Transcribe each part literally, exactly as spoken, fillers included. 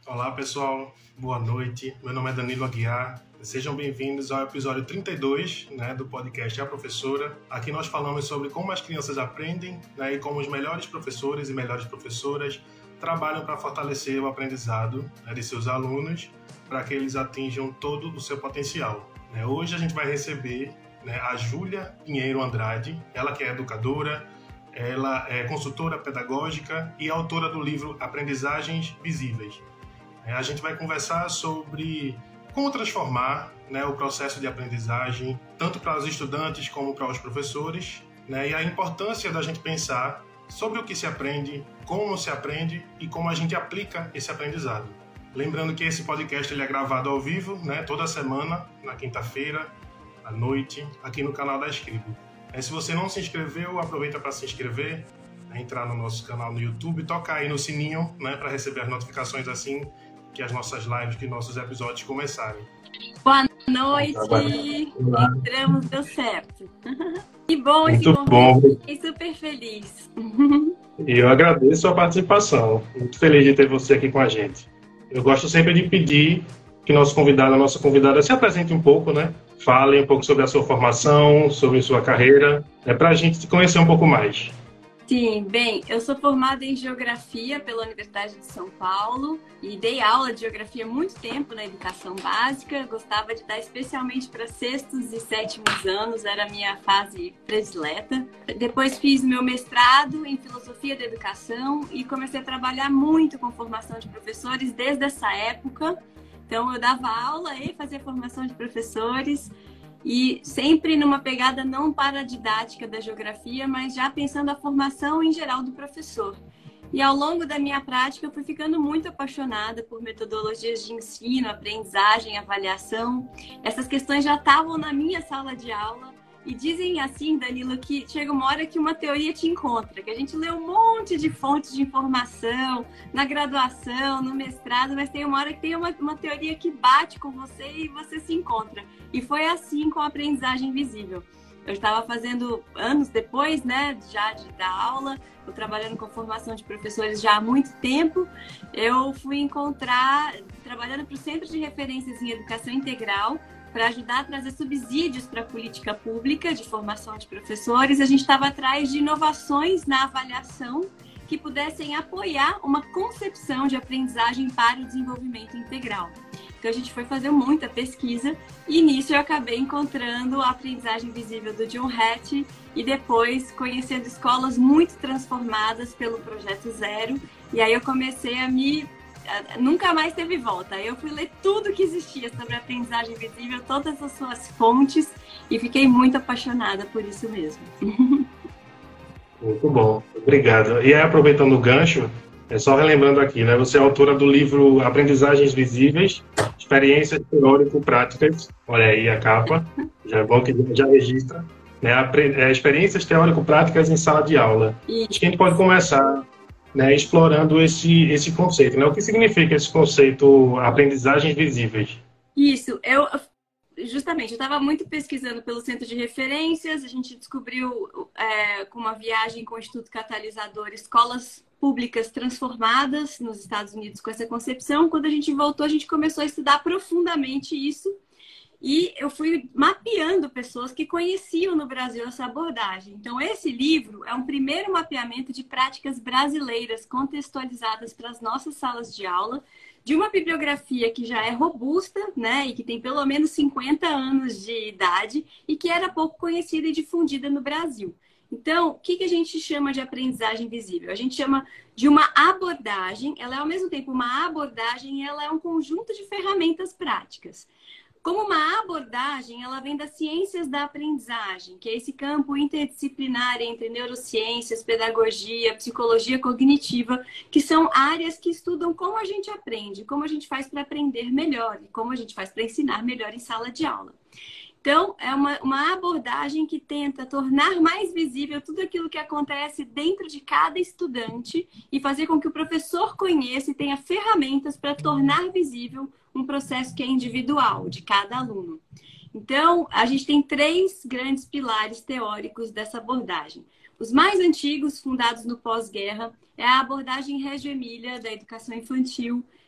Olá pessoal, boa noite. Meu nome é Danilo Aguiar. Sejam bem-vindos ao episódio trinta e dois, né, do podcast A Professora. Aqui nós falamos sobre como as crianças aprendem, né, e como os melhores professores e melhores professoras trabalham para fortalecer o aprendizado, né, de seus alunos, para que eles atinjam todo o seu potencial. Né, hoje a gente vai receber, né, a Júlia Pinheiro Andrade, ela que é educadora, ela é consultora pedagógica e autora do livro Aprendizagens Visíveis. A gente vai conversar sobre como transformar, né, o processo de aprendizagem, tanto para os estudantes como para os professores, né, e a importância da gente pensar sobre o que se aprende, como se aprende e como a gente aplica esse aprendizado. Lembrando que esse podcast ele é gravado ao vivo, né, toda semana, na quinta-feira, à noite, aqui no canal da Escribo. É, se você não se inscreveu, aproveita para se inscrever, né, entrar no nosso canal no YouTube, tocar aí no sininho, né, para receber as notificações assim que as nossas lives, que nossos episódios começarem. Boa noite! Entramos, deu certo. Que bom esse Muito bom. Fiquei super feliz. E eu agradeço a participação. Muito feliz de ter você aqui com a gente. Eu gosto sempre de pedir que nosso convidado, a nossa convidada, se apresente um pouco, né? Fale um pouco sobre a sua formação, sobre a sua carreira, é para a gente te conhecer um pouco mais. Sim, bem, eu sou formada em Geografia pela Universidade de São Paulo e dei aula de Geografia há muito tempo na educação básica. Gostava de dar especialmente para sextos e sétimos anos, era a minha fase predileta. Depois fiz meu mestrado em Filosofia da Educação e comecei a trabalhar muito com formação de professores desde essa época. Então eu dava aula e fazia formação de professores. E sempre numa pegada não paradidática da geografia, mas já pensando a formação em geral do professor. E ao longo da minha prática, eu fui ficando muito apaixonada por metodologias de ensino, aprendizagem, avaliação. Essas questões já estavam na minha sala de aula. E dizem assim, Danilo, que chega uma hora que uma teoria te encontra, que a gente lê um monte de fontes de informação na graduação, no mestrado, mas tem uma hora que tem uma, uma teoria que bate com você e você se encontra. E foi assim com a aprendizagem visível. Eu estava fazendo, anos depois, né, já de dar aula, estou trabalhando com formação de professores já há muito tempo, eu fui encontrar, trabalhando para o Centro de Referências em Educação Integral, para ajudar a trazer subsídios para a política pública de formação de professores. A gente estava atrás de inovações na avaliação que pudessem apoiar uma concepção de aprendizagem para o desenvolvimento integral. Então a gente foi fazer muita pesquisa e nisso eu acabei encontrando a aprendizagem visível do John Hattie e depois conhecendo escolas muito transformadas pelo Projeto Zero. E aí eu comecei a me... Nunca mais teve volta. Eu fui ler tudo que existia sobre a aprendizagem visível, todas as suas fontes, e fiquei muito apaixonada por isso mesmo. Muito bom, obrigado. E aí, aproveitando o gancho, é só relembrando aqui, né? Você é autora do livro Aprendizagens Visíveis, Experiências Teórico-Práticas. Olha aí a capa, já é bom que já registra. Né? Experiências Teórico-Práticas em Sala de Aula. E... Acho que a gente pode começar, né, explorando esse, esse conceito, né? O que significa esse conceito aprendizagens visíveis? Isso, eu justamente, eu estava muito pesquisando pelo Centro de Referências, a gente descobriu é, com uma viagem com o Instituto Catalisador escolas públicas transformadas nos Estados Unidos com essa concepção. Quando a gente voltou, a gente começou a estudar profundamente isso. E eu fui mapeando pessoas que conheciam no Brasil essa abordagem. Então, esse livro é um primeiro mapeamento de práticas brasileiras contextualizadas para as nossas salas de aula, de uma bibliografia que já é robusta, né, e que tem pelo menos cinquenta anos de idade e que era pouco conhecida e difundida no Brasil. Então, o que, que a gente chama de aprendizagem visível? A gente chama de uma abordagem, ela é ao mesmo tempo uma abordagem e ela é um conjunto de ferramentas práticas. Como uma abordagem, ela vem das ciências da aprendizagem, que é esse campo interdisciplinar entre neurociências, pedagogia, psicologia cognitiva, que são áreas que estudam como a gente aprende, como a gente faz para aprender melhor e como a gente faz para ensinar melhor em sala de aula. Então, é uma, uma abordagem que tenta tornar mais visível tudo aquilo que acontece dentro de cada estudante e fazer com que o professor conheça e tenha ferramentas para tornar visível um processo que é individual, de cada aluno. Então, a gente tem três grandes pilares teóricos dessa abordagem. Os mais antigos, fundados no pós-guerra, é a abordagem Reggio Emilia da educação infantil.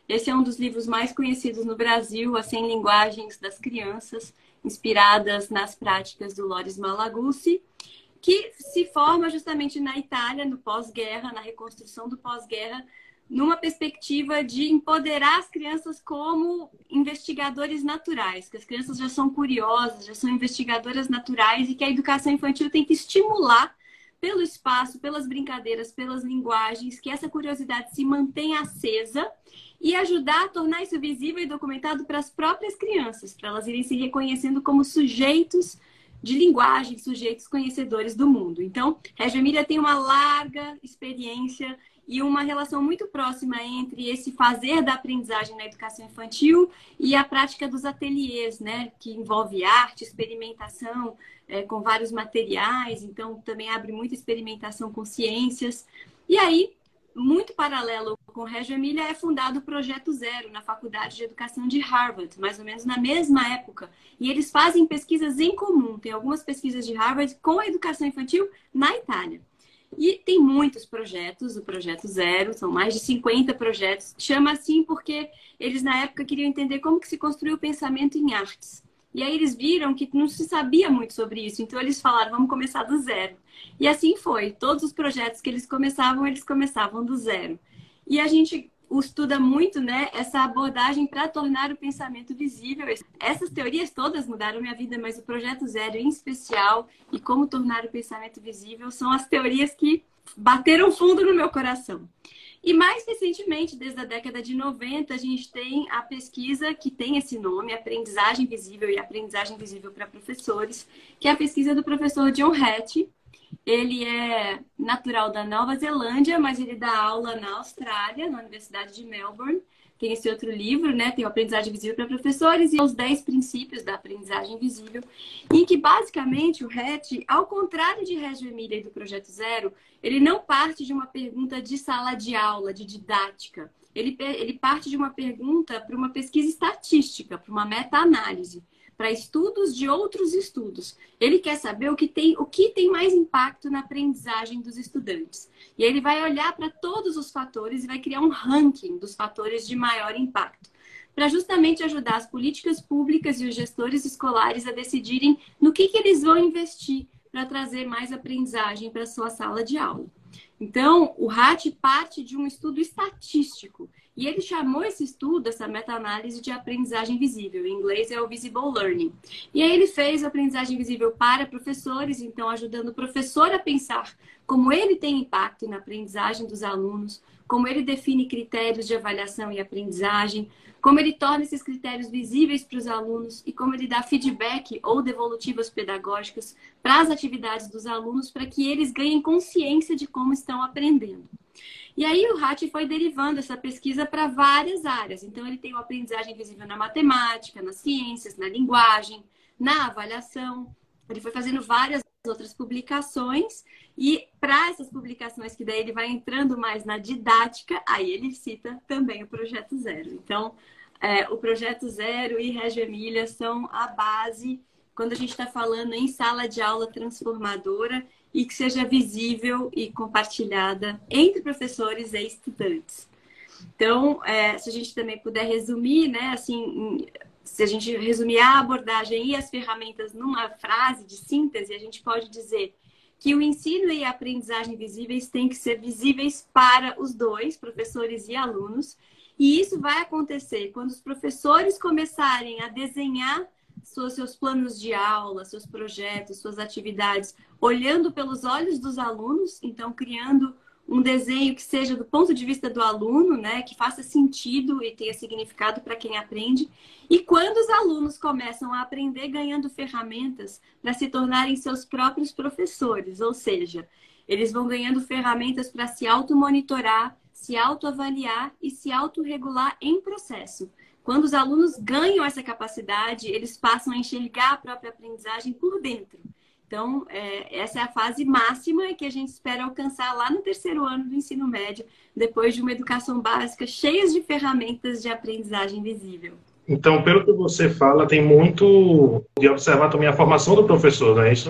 Esse é um dos livros mais conhecidos no Brasil, As cem Linguagens das Crianças, inspiradas nas práticas do Loris Malaguzzi, que se forma justamente na Itália, no pós-guerra, na reconstrução do pós-guerra, numa perspectiva de empoderar as crianças como investigadores naturais, que as crianças já são curiosas, já são investigadoras naturais e que a educação infantil tem que estimular pelo espaço, pelas brincadeiras, pelas linguagens, que essa curiosidade se mantenha acesa e ajudar a tornar isso visível e documentado para as próprias crianças, para elas irem se reconhecendo como sujeitos de linguagem, sujeitos conhecedores do mundo. Então, Reggio Emília tem uma larga experiência e uma relação muito próxima entre esse fazer da aprendizagem na educação infantil e a prática dos ateliês, né? Que envolve arte, experimentação é, com vários materiais, então também abre muita experimentação com ciências. E aí, muito paralelo com Reggio Emília, é fundado o Projeto Zero na Faculdade de Educação de Harvard, mais ou menos na mesma época. E eles fazem pesquisas em comum, tem algumas pesquisas de Harvard com a educação infantil na Itália. E tem muitos projetos, o Projeto Zero, são mais de cinquenta projetos. Chama assim porque eles, na época, queriam entender como que se construiu o pensamento em artes. E aí eles viram que não se sabia muito sobre isso, então eles falaram, vamos começar do zero. E assim foi. Todos os projetos que eles começavam, eles começavam do zero. E a gente estuda muito, né, essa abordagem para tornar o pensamento visível. Essas teorias todas mudaram minha vida, mas o Projeto Zero em especial e como tornar o pensamento visível são as teorias que bateram fundo no meu coração. E mais recentemente, desde a década de noventa, a gente tem a pesquisa que tem esse nome, Aprendizagem Visível e Aprendizagem Visível para Professores, que é a pesquisa do professor John Hattie. Ele é natural da Nova Zelândia, mas ele dá aula na Austrália, na Universidade de Melbourne. Tem esse outro livro, né? Tem o Aprendizagem Visível para Professores e os dez princípios da aprendizagem visível, em que basicamente o Hattie, ao contrário de Reggio Emília e do Projeto Zero, ele não parte de uma pergunta de sala de aula, de didática. Ele, ele parte de uma pergunta para uma pesquisa estatística, para uma meta-análise, para estudos de outros estudos. Ele quer saber o que tem, o que tem mais impacto na aprendizagem dos estudantes. E ele vai olhar para todos os fatores e vai criar um ranking dos fatores de maior impacto, para justamente ajudar as políticas públicas e os gestores escolares a decidirem no que, que eles vão investir para trazer mais aprendizagem para a sua sala de aula. Então, o Hattie parte de um estudo estatístico. E ele chamou esse estudo, essa meta-análise, de aprendizagem visível. Em inglês é o Visible Learning. E aí ele fez a aprendizagem visível para professores, então ajudando o professor a pensar como ele tem impacto na aprendizagem dos alunos, como ele define critérios de avaliação e aprendizagem, como ele torna esses critérios visíveis para os alunos e como ele dá feedback ou devolutivas pedagógicas para as atividades dos alunos para que eles ganhem consciência de como estão aprendendo. E aí o Hattie foi derivando essa pesquisa para várias áreas. Então ele tem uma aprendizagem visível na matemática, nas ciências, na linguagem, na avaliação. Ele foi fazendo várias outras publicações e para essas publicações que daí ele vai entrando mais na didática, aí ele cita também o Projeto Zero. Então, é, o Projeto Zero e Reggio Emília são a base quando a gente está falando em sala de aula transformadora e que seja visível e compartilhada entre professores e estudantes. Então, é, se a gente também puder resumir, né, assim, se a gente resumir a abordagem e as ferramentas numa frase de síntese, a gente pode dizer que o ensino e a aprendizagem visíveis têm que ser visíveis para os dois, professores e alunos, e isso vai acontecer quando os professores começarem a desenhar seus planos de aula, seus projetos, suas atividades, olhando pelos olhos dos alunos, então criando um desenho que seja do ponto de vista do aluno, né, que faça sentido e tenha significado para quem aprende. E quando os alunos começam a aprender ganhando ferramentas para se tornarem seus próprios professores, ou seja, eles vão ganhando ferramentas para se automonitorar, se autoavaliar e se autorregular em processo. Quando os alunos ganham essa capacidade, eles passam a enxergar a própria aprendizagem por dentro. Então, é, essa é a fase máxima que a gente espera alcançar lá no terceiro ano do ensino médio, depois de uma educação básica cheia de ferramentas de aprendizagem visível. Então, pelo que você fala, tem muito de observar também a formação do professor, não é isso?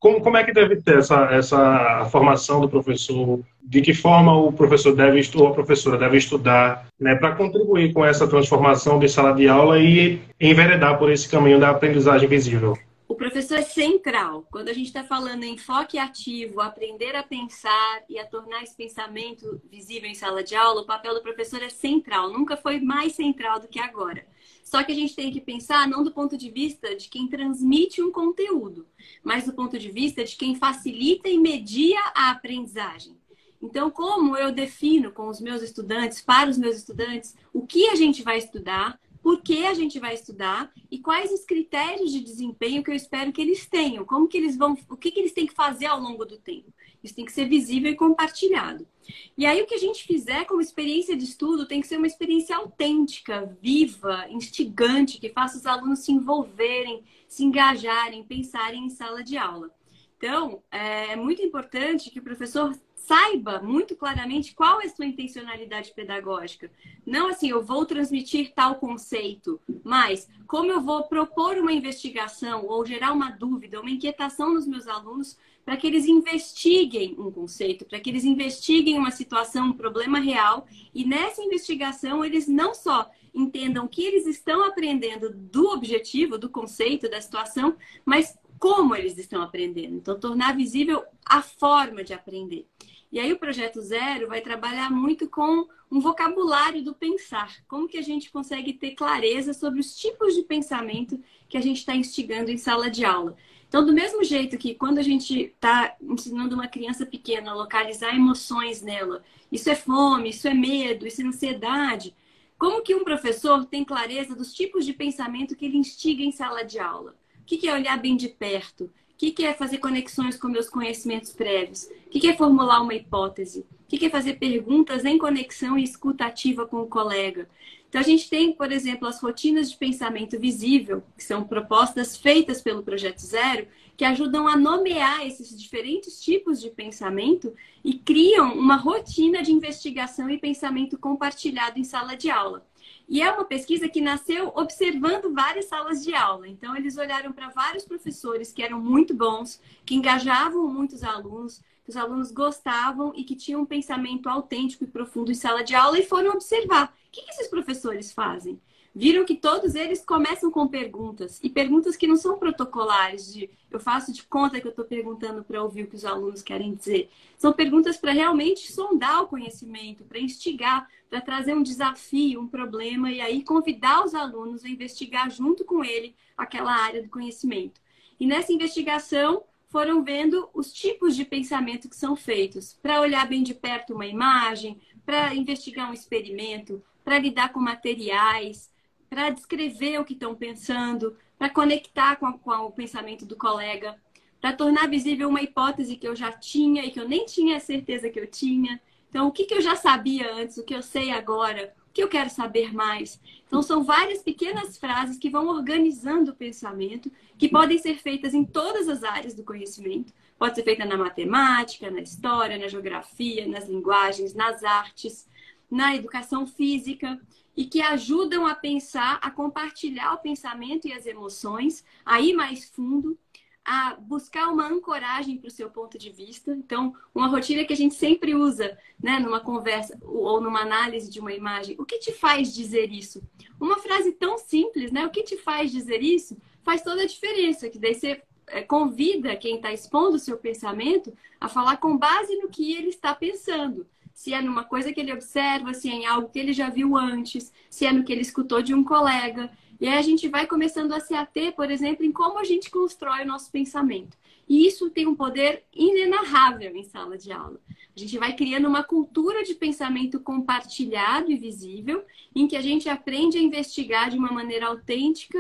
como, como é que deve ter essa, essa formação do professor? De que forma o professor deve ou a professora deve estudar, né, para contribuir com essa transformação de sala de aula e enveredar por esse caminho da aprendizagem visível? O professor é central. Quando a gente está falando em enfoque ativo, aprender a pensar e a tornar esse pensamento visível em sala de aula, o papel do professor é central. Nunca foi mais central do que agora. Só que a gente tem que pensar não do ponto de vista de quem transmite um conteúdo, mas do ponto de vista de quem facilita e media a aprendizagem. Então, como eu defino com os meus estudantes, para os meus estudantes, o que a gente vai estudar, por que a gente vai estudar e quais os critérios de desempenho que eu espero que eles tenham, como que eles vão, o que, que eles têm que fazer ao longo do tempo. Isso tem que ser visível e compartilhado. E aí o que a gente fizer como experiência de estudo tem que ser uma experiência autêntica, viva, instigante, que faça os alunos se envolverem, se engajarem, pensarem em sala de aula. Então, é muito importante que o professor saiba muito claramente qual é a sua intencionalidade pedagógica. Não assim, eu vou transmitir tal conceito, mas como eu vou propor uma investigação ou gerar uma dúvida, uma inquietação nos meus alunos para que eles investiguem um conceito, para que eles investiguem uma situação, um problema real, e nessa investigação eles não só entendam o que eles estão aprendendo do objetivo, do conceito, da situação, mas como eles estão aprendendo. Então, tornar visível a forma de aprender. E aí o Projeto Zero vai trabalhar muito com um vocabulário do pensar. Como que a gente consegue ter clareza sobre os tipos de pensamento que a gente está instigando em sala de aula. Então, do mesmo jeito que quando a gente está ensinando uma criança pequena a localizar emoções nela, isso é fome, isso é medo, isso é ansiedade, como que um professor tem clareza dos tipos de pensamento que ele instiga em sala de aula? O que é olhar bem de perto? O que é fazer conexões com meus conhecimentos prévios? O que é formular uma hipótese? O que é fazer perguntas em conexão e escuta ativa com o colega? Então, a gente tem, por exemplo, as rotinas de pensamento visível, que são propostas feitas pelo Projeto Zero, que ajudam a nomear esses diferentes tipos de pensamento e criam uma rotina de investigação e pensamento compartilhado em sala de aula. E é uma pesquisa que nasceu observando várias salas de aula. Então, eles olharam para vários professores que eram muito bons, que engajavam muitos alunos, que os alunos gostavam e que tinham um pensamento autêntico e profundo em sala de aula e foram observar. O que esses professores fazem? Viram que todos eles começam com perguntas, e perguntas que não são protocolares, de eu faço de conta que eu estou perguntando para ouvir o que os alunos querem dizer. São perguntas para realmente sondar o conhecimento, para instigar, para trazer um desafio, um problema, e aí convidar os alunos a investigar junto com ele aquela área do conhecimento. E nessa investigação foram vendo os tipos de pensamento que são feitos, para olhar bem de perto uma imagem, para investigar um experimento, para lidar com materiais, para descrever o que estão pensando, para conectar com, a, com o pensamento do colega, para tornar visível uma hipótese que eu já tinha e que eu nem tinha certeza que eu tinha. Então, o que, que eu já sabia antes, o que eu sei agora, o que eu quero saber mais. Então, são várias pequenas frases que vão organizando o pensamento, que podem ser feitas em todas as áreas do conhecimento. Pode ser feita na matemática, na história, na geografia, nas linguagens, nas artes, na educação física, e que ajudam a pensar, a compartilhar o pensamento e as emoções, a ir mais fundo, a buscar uma ancoragem para o seu ponto de vista. Então, uma rotina que a gente sempre usa, né, numa conversa ou numa análise de uma imagem. O que te faz dizer isso? Uma frase tão simples, né? O que te faz dizer isso? Faz toda a diferença, que daí você convida quem está expondo o seu pensamento a falar com base no que ele está pensando. Se é numa coisa que ele observa, se é em algo que ele já viu antes, se é no que ele escutou de um colega. E aí a gente vai começando a se ater, por exemplo, em como a gente constrói o nosso pensamento. E isso tem um poder inenarrável em sala de aula. A gente vai criando uma cultura de pensamento compartilhado e visível, em que a gente aprende a investigar de uma maneira autêntica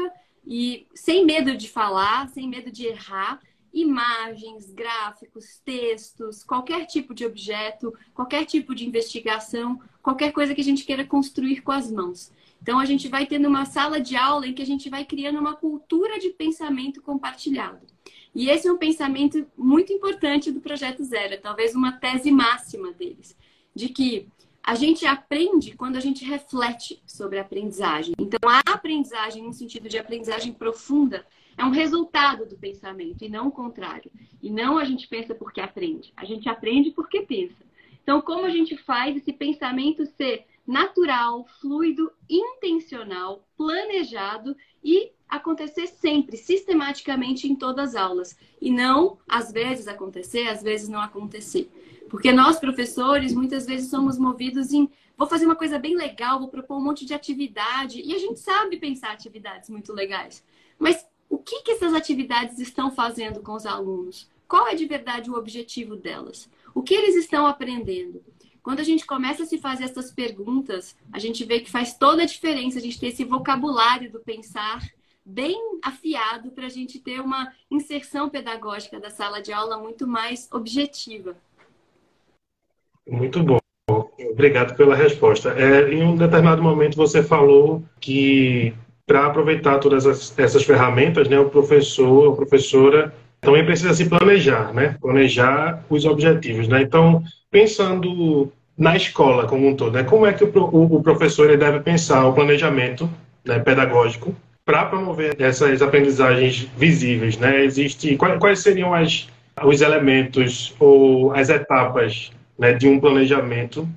e sem medo de falar, sem medo de errar, imagens, gráficos, textos, qualquer tipo de objeto, qualquer tipo de investigação, qualquer coisa que a gente queira construir com as mãos. Então, a gente vai tendo uma sala de aula em que a gente vai criando uma cultura de pensamento compartilhado. E esse é um pensamento muito importante do Projeto Zero, é talvez uma tese máxima deles, de que A gente aprende quando a gente reflete sobre a aprendizagem. Então, a aprendizagem, no sentido de aprendizagem profunda, é um resultado do pensamento e não o contrário. E não a gente pensa porque aprende. A gente aprende porque pensa. Então, como a gente faz esse pensamento ser natural, fluido, intencional, planejado e acontecer sempre, sistematicamente em todas as aulas. E não, às vezes, acontecer, às vezes não acontecer. Porque nós, professores, muitas vezes somos movidos em vou fazer uma coisa bem legal, vou propor um monte de atividade. E a gente sabe pensar atividades muito legais. Mas o que, que essas atividades estão fazendo com os alunos? Qual é de verdade o objetivo delas? O que eles estão aprendendo? Quando a gente começa a se fazer essas perguntas, a gente vê que faz toda a diferença a gente ter esse vocabulário do pensar bem afiado para a gente ter uma inserção pedagógica da sala de aula muito mais objetiva. Muito bom. Obrigado pela resposta. É, em um determinado momento você falou que para aproveitar todas essas, essas ferramentas, né, o professor, a professora também precisa se planejar, né? Planejar os objetivos, né? Então, pensando na escola como um todo, né? Como é que o, o, o professor ele deve pensar o planejamento, né, pedagógico para promover essas aprendizagens visíveis, né? Existe quais, quais seriam as, os elementos ou as etapas, né, de um planejamento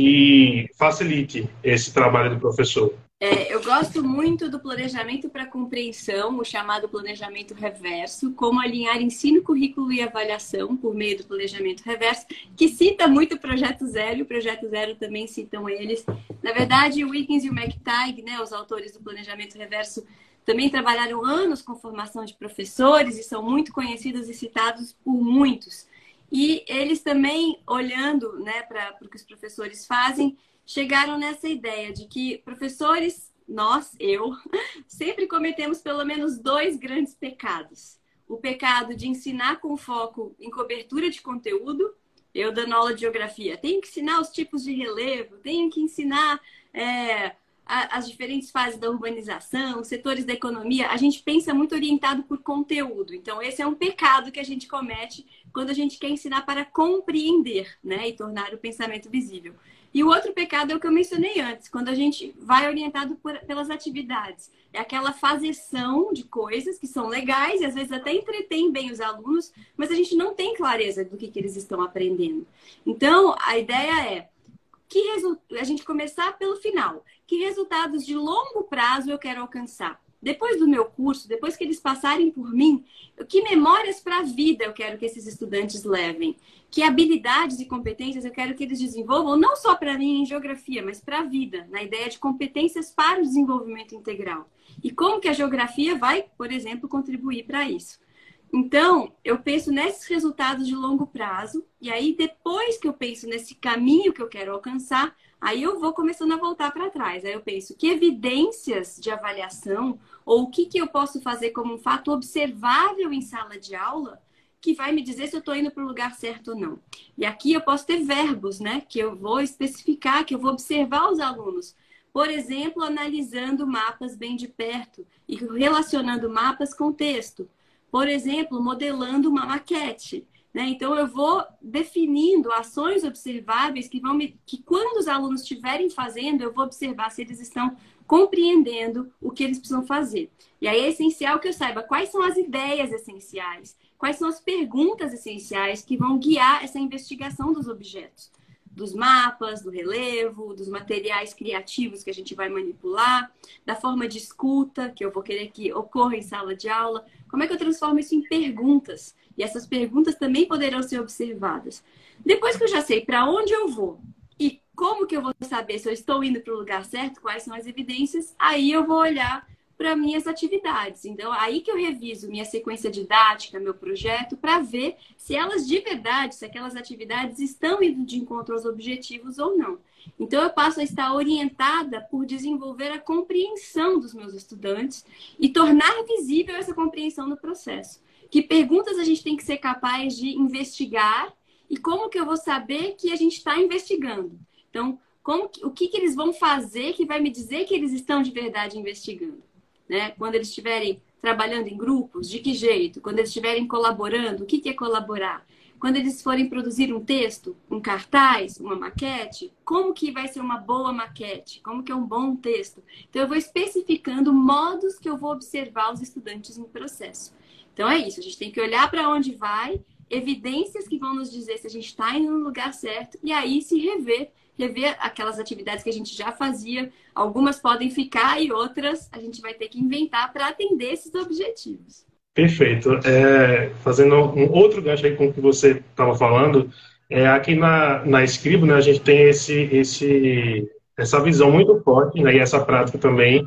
que facilite esse trabalho do professor? É, eu gosto muito do planejamento para compreensão, o chamado planejamento reverso, como alinhar ensino, currículo e avaliação por meio do planejamento reverso, que cita muito o Projeto Zero, e o Projeto Zero também citam eles. Na verdade, o Wilkins e o McTighe, né, os autores do planejamento reverso, também trabalharam anos com formação de professores e são muito conhecidos e citados por muitos. E eles também, olhando, né, para o que os professores fazem, chegaram nessa ideia de que professores, nós, eu, sempre cometemos pelo menos dois grandes pecados. O pecado de ensinar com foco em cobertura de conteúdo. Eu, dando aula de geografia, tenho que ensinar os tipos de relevo, tenho que ensinar é, as diferentes fases da urbanização, os setores da economia. A gente pensa muito orientado por conteúdo. Então, esse é um pecado que a gente comete quando a gente quer ensinar para compreender, né, e tornar o pensamento visível. E o outro pecado é o que eu mencionei antes, quando a gente vai orientado por, pelas atividades. É aquela fazeção de coisas que são legais e às vezes até entretém bem os alunos, mas a gente não tem clareza do que, que eles estão aprendendo. Então, a ideia é que resu... a gente começar pelo final. Que resultados de longo prazo eu quero alcançar? Depois do meu curso, depois que eles passarem por mim, que memórias para a vida eu quero que esses estudantes levem? Que habilidades e competências eu quero que eles desenvolvam, não só para mim em geografia, mas para a vida, na ideia de competências para o desenvolvimento integral. E como que a geografia vai, por exemplo, contribuir para isso? Então, eu penso nesses resultados de longo prazo, e aí depois que eu penso nesse caminho que eu quero alcançar, aí eu vou começando a voltar para trás. Aí eu penso, que evidências de avaliação, ou o que, que eu posso fazer como um fato observável em sala de aula, que vai me dizer se eu estou indo para o lugar certo ou não. E aqui eu posso ter verbos, né? Que eu vou especificar, que eu vou observar os alunos. Por exemplo, analisando mapas bem de perto e relacionando mapas com texto. Por exemplo, modelando uma maquete. Né? Então, eu vou definindo ações observáveis que vão me... que quando os alunos estiverem fazendo, eu vou observar se eles estão compreendendo o que eles precisam fazer. E aí é essencial que eu saiba quais são as ideias essenciais, quais são as perguntas essenciais que vão guiar essa investigação dos objetos, dos mapas, do relevo, dos materiais criativos que a gente vai manipular, da forma de escuta que eu vou querer que ocorra em sala de aula. Como é que eu transformo isso em perguntas? E essas perguntas também poderão ser observadas. Depois que eu já sei para onde eu vou e como que eu vou saber se eu estou indo para o lugar certo, quais são as evidências, aí eu vou olhar para minhas atividades. Então, aí que eu reviso minha sequência didática, meu projeto, para ver se elas de verdade, se aquelas atividades estão indo de encontro aos objetivos ou não. Então, eu passo a estar orientada por desenvolver a compreensão dos meus estudantes e tornar visível essa compreensão no processo. Que perguntas a gente tem que ser capaz de investigar e como que eu vou saber que a gente está investigando. Então, como que, o que, que eles vão fazer que vai me dizer que eles estão de verdade investigando? Né? Quando eles estiverem trabalhando em grupos, de que jeito? Quando eles estiverem colaborando, o que, que é colaborar? quando eles forem produzir um texto, um cartaz, uma maquete, como que vai ser uma boa maquete? Como que é um bom texto? Então, eu vou especificando modos que eu vou observar os estudantes no processo. Então, é isso. A gente tem que olhar para onde vai, evidências que vão nos dizer se a gente está indo no lugar certo, e aí se rever, rever aquelas atividades que a gente já fazia. Algumas podem ficar e outras a gente vai ter que inventar para atender esses objetivos. Perfeito. É, fazendo um outro gancho aí com o que você estava falando, é, aqui na, na Scribo, né, a gente tem esse, esse, essa visão muito forte, né, e essa prática também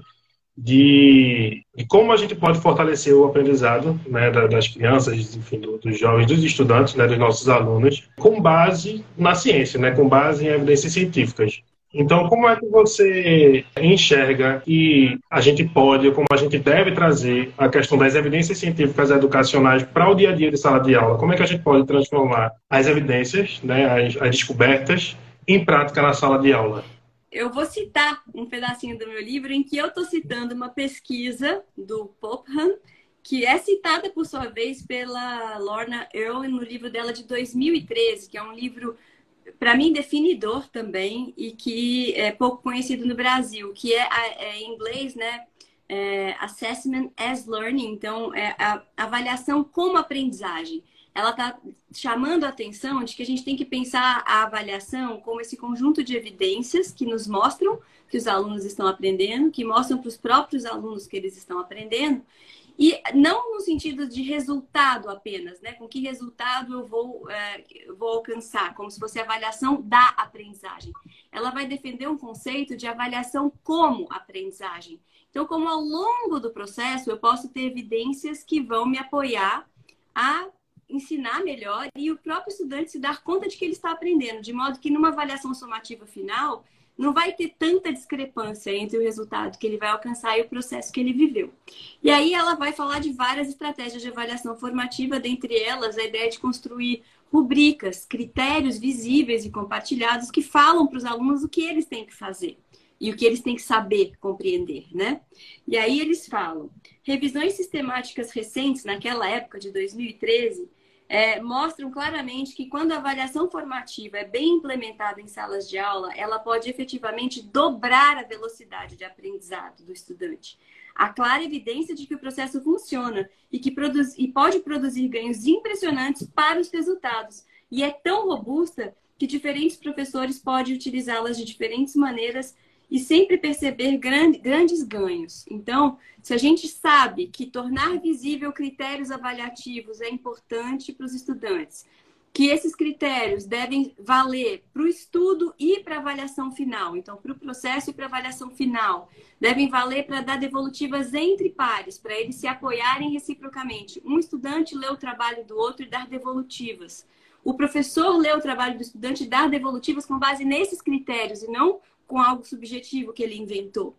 de, de como a gente pode fortalecer o aprendizado, né, das crianças, enfim, dos jovens, dos estudantes, né, dos nossos alunos, com base na ciência, né, com base em evidências científicas. Então, como é que você enxerga que a gente pode, ou como a gente deve trazer a questão das evidências científicas educacionais para o dia a dia de sala de aula? Como é que a gente pode transformar as evidências, né, as, as descobertas, em prática na sala de aula? Eu vou citar um pedacinho do meu livro em que eu estou citando uma pesquisa do Popham, que é citada, por sua vez, pela Lorna Earle no livro dela de dois mil e treze, que é um livro, para mim, definidor também e que é pouco conhecido no Brasil, que é, é em inglês, né? É, Assessment as Learning, então é a avaliação como aprendizagem. Ela está chamando a atenção de que a gente tem que pensar a avaliação como esse conjunto de evidências que nos mostram que os alunos estão aprendendo, que mostram para os próprios alunos que eles estão aprendendo, e não no sentido de resultado apenas, né? Com que resultado eu vou, é, eu vou alcançar, como se fosse a avaliação da aprendizagem. Ela vai defender um conceito de avaliação como aprendizagem. Então, como ao longo do processo eu posso ter evidências que vão me apoiar a ensinar melhor e o próprio estudante se dar conta de que ele está aprendendo, de modo que numa avaliação somativa final não vai ter tanta discrepância entre o resultado que ele vai alcançar e o processo que ele viveu. E aí ela vai falar de várias estratégias de avaliação formativa, dentre elas a ideia de construir rubricas, critérios visíveis e compartilhados que falam para os alunos o que eles têm que fazer e o que eles têm que saber compreender, né? E aí eles falam, revisões sistemáticas recentes, naquela época de dois mil e treze, é, mostram claramente que quando a avaliação formativa é bem implementada em salas de aula, ela pode efetivamente dobrar a velocidade de aprendizado do estudante. Há clara evidência de que o processo funciona e que produz, e pode produzir ganhos impressionantes para os resultados. E é tão robusta que diferentes professores podem utilizá-las de diferentes maneiras e sempre perceber grande, grandes ganhos. Então, se a gente sabe que tornar visível critérios avaliativos é importante para os estudantes, que esses critérios devem valer para o estudo e para a avaliação final, então, para o processo e para a avaliação final, devem valer para dar devolutivas entre pares, para eles se apoiarem reciprocamente. Um estudante lê o trabalho do outro e dar devolutivas. O professor lê o trabalho do estudante e dar devolutivas com base nesses critérios e não com algo subjetivo que ele inventou.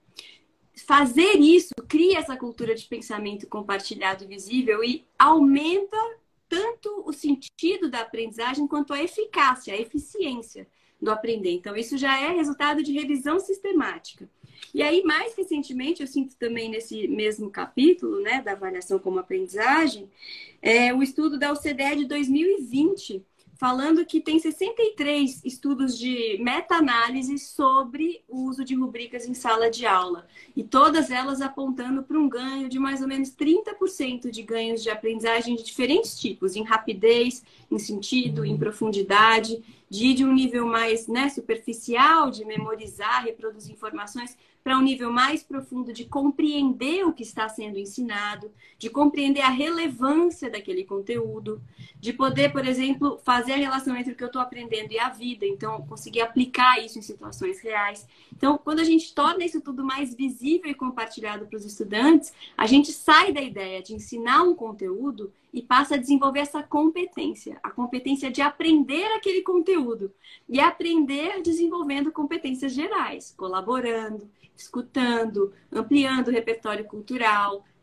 Fazer isso cria essa cultura de pensamento compartilhado e visível e aumenta tanto o sentido da aprendizagem quanto a eficácia, a eficiência do aprender. Então, isso já é resultado de revisão sistemática. E aí, mais recentemente, eu sinto também nesse mesmo capítulo, né, da avaliação como aprendizagem, é o estudo da O C D E de dois mil e vinte, falando que tem sessenta e três estudos de meta-análise sobre o uso de rubricas em sala de aula. E todas elas apontando para um ganho de mais ou menos trinta por cento de ganhos de aprendizagem de diferentes tipos, em rapidez, em sentido, em profundidade, de ir de um nível mais, né, superficial, de memorizar, reproduzir informações, para um nível mais profundo de compreender o que está sendo ensinado, de compreender a relevância daquele conteúdo, de poder, por exemplo, fazer a relação entre o que eu estou aprendendo e a vida, então conseguir aplicar isso em situações reais. Então, quando a gente torna isso tudo mais visível e compartilhado para os estudantes, a gente sai da ideia de ensinar um conteúdo e passa a desenvolver essa competência, a competência de aprender aquele conteúdo e aprender desenvolvendo competências gerais, colaborando, escutando, ampliando o repertório cultural,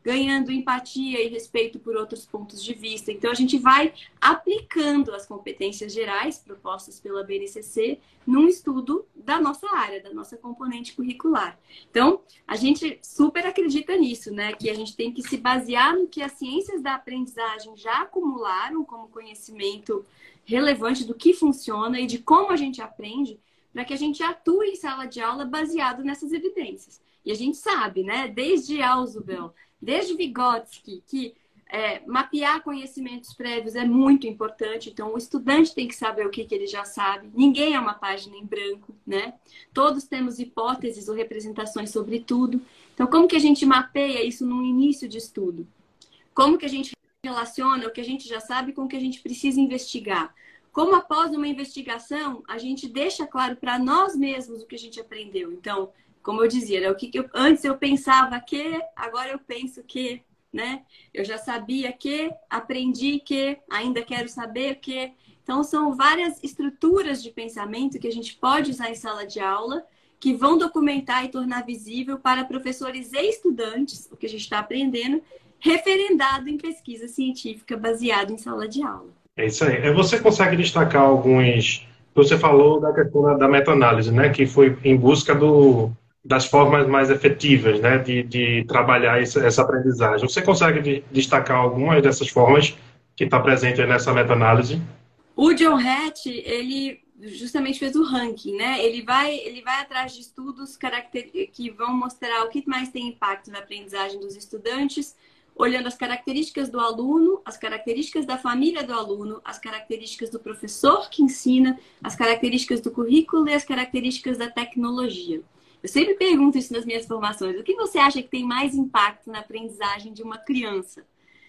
ganhando empatia e respeito por outros pontos de vista. Então, a gente vai aplicando as competências gerais propostas pela B N C C num estudo da nossa área, da nossa componente curricular. Então, a gente super acredita nisso, né? Que a gente tem que se basear no que as ciências da aprendizagem já acumularam como conhecimento relevante do que funciona e de como a gente aprende, para que a gente atue em sala de aula baseado nessas evidências. E a gente sabe, né? Desde Ausubel, desde Vygotsky, que é, mapear conhecimentos prévios é muito importante. Então, o estudante tem que saber o que, que ele já sabe. Ninguém é uma página em branco, né? Todos temos hipóteses ou representações sobre tudo. Então, como que a gente mapeia isso no início de estudo? Como que a gente relaciona o que a gente já sabe com o que a gente precisa investigar? Como após uma investigação, a gente deixa claro para nós mesmos o que a gente aprendeu. Então, como eu dizia, né? o que, que eu, antes eu pensava que, agora eu penso que, né? Eu já sabia que, aprendi que, ainda quero saber que. Então, são várias estruturas de pensamento que a gente pode usar em sala de aula, que vão documentar e tornar visível para professores e estudantes o que a gente está aprendendo, referendado em pesquisa científica baseada em sala de aula. É isso aí. Você consegue destacar alguns... Você falou da questão da meta-análise, né? Que foi em busca do, das formas mais efetivas, né? De, de trabalhar essa, essa aprendizagem. Você consegue destacar algumas dessas formas que está presente nessa meta-análise? O John Hatch, ele justamente fez o ranking, né? Ele vai, ele vai atrás de estudos que vão mostrar o que mais tem impacto na aprendizagem dos estudantes, olhando as características do aluno, as características da família do aluno, as características do professor que ensina, as características do currículo e as características da tecnologia. Eu sempre pergunto isso nas minhas formações. O que você acha que tem mais impacto na aprendizagem de uma criança?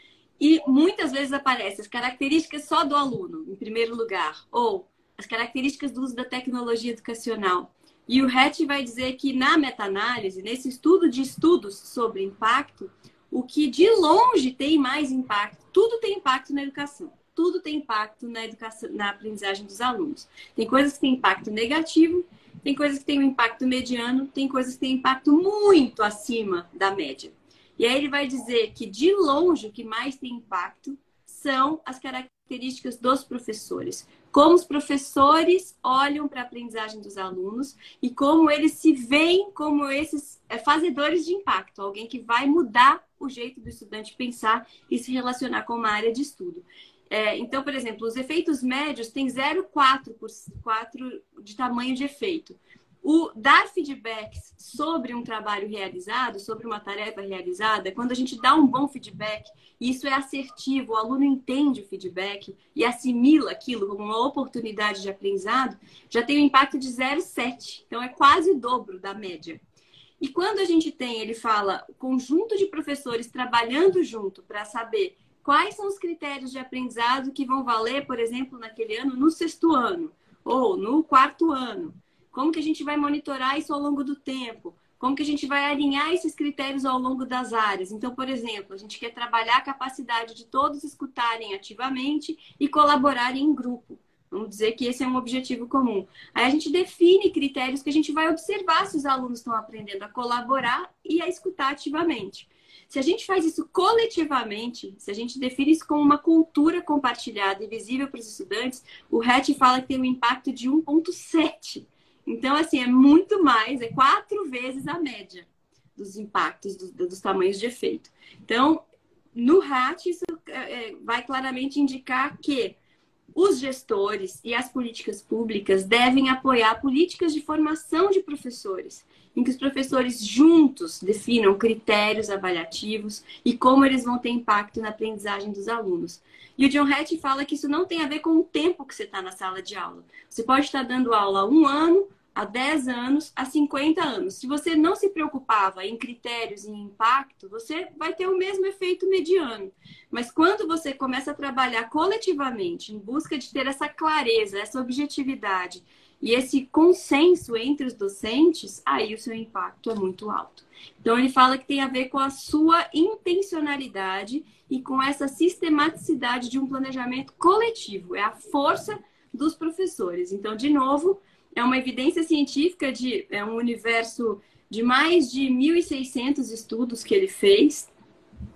E muitas vezes aparecem as características só do aluno, em primeiro lugar, ou as características do uso da tecnologia educacional. E o Hatch vai dizer que na meta-análise, nesse estudo de estudos sobre impacto, o que de longe tem mais impacto, tudo tem impacto na educação, tudo tem impacto na educação, na aprendizagem dos alunos. Tem coisas que têm impacto negativo, tem coisas que têm um impacto mediano, tem coisas que têm impacto muito acima da média. E aí ele vai dizer que de longe o que mais tem impacto são as características dos professores. Como os professores olham para a aprendizagem dos alunos e como eles se veem como esses fazedores de impacto, alguém que vai mudar o jeito do estudante pensar e se relacionar com uma área de estudo. É, então, por exemplo, os efeitos médios têm zero vírgula quatro de tamanho de efeito. O dar feedbacks sobre um trabalho realizado, sobre uma tarefa realizada, quando a gente dá um bom feedback, e isso é assertivo, o aluno entende o feedback e assimila aquilo como uma oportunidade de aprendizado, já tem um impacto de zero vírgula sete. Então, é quase o dobro da média. E quando a gente tem, ele fala, o conjunto de professores trabalhando junto para saber quais são os critérios de aprendizado que vão valer, por exemplo, naquele ano, no sexto ano, ou no quarto ano. Como que a gente vai monitorar isso ao longo do tempo? Como que a gente vai alinhar esses critérios ao longo das áreas? Então, por exemplo, a gente quer trabalhar a capacidade de todos escutarem ativamente e colaborarem em grupo. Vamos dizer que esse é um objetivo comum. Aí a gente define critérios que a gente vai observar se os alunos estão aprendendo a colaborar e a escutar ativamente. Se a gente faz isso coletivamente, se a gente define isso como uma cultura compartilhada e visível para os estudantes, o Hatch fala que tem um impacto de um vírgula sete. Então, assim, é muito mais, é quatro vezes a média dos impactos, dos, dos tamanhos de efeito. Então, no Hatch, isso é, vai claramente indicar que os gestores e as políticas públicas devem apoiar políticas de formação de professores, em que os professores juntos definam critérios avaliativos e como eles vão ter impacto na aprendizagem dos alunos. E o John Hatch fala que isso não tem a ver com o tempo que você está na sala de aula. Você pode estar dando aula há um ano, há dez anos, há cinquenta anos. Se você não se preocupava em critérios e em impacto, você vai ter o mesmo efeito mediano. Mas quando você começa a trabalhar coletivamente, em busca de ter essa clareza, essa objetividade e esse consenso entre os docentes, aí o seu impacto é muito alto. Então, ele fala que tem a ver com a sua intencionalidade e com essa sistematicidade de um planejamento coletivo. É a força dos professores. Então, de novo, é uma evidência científica de é um universo de mais de mil e seiscentos estudos que ele fez,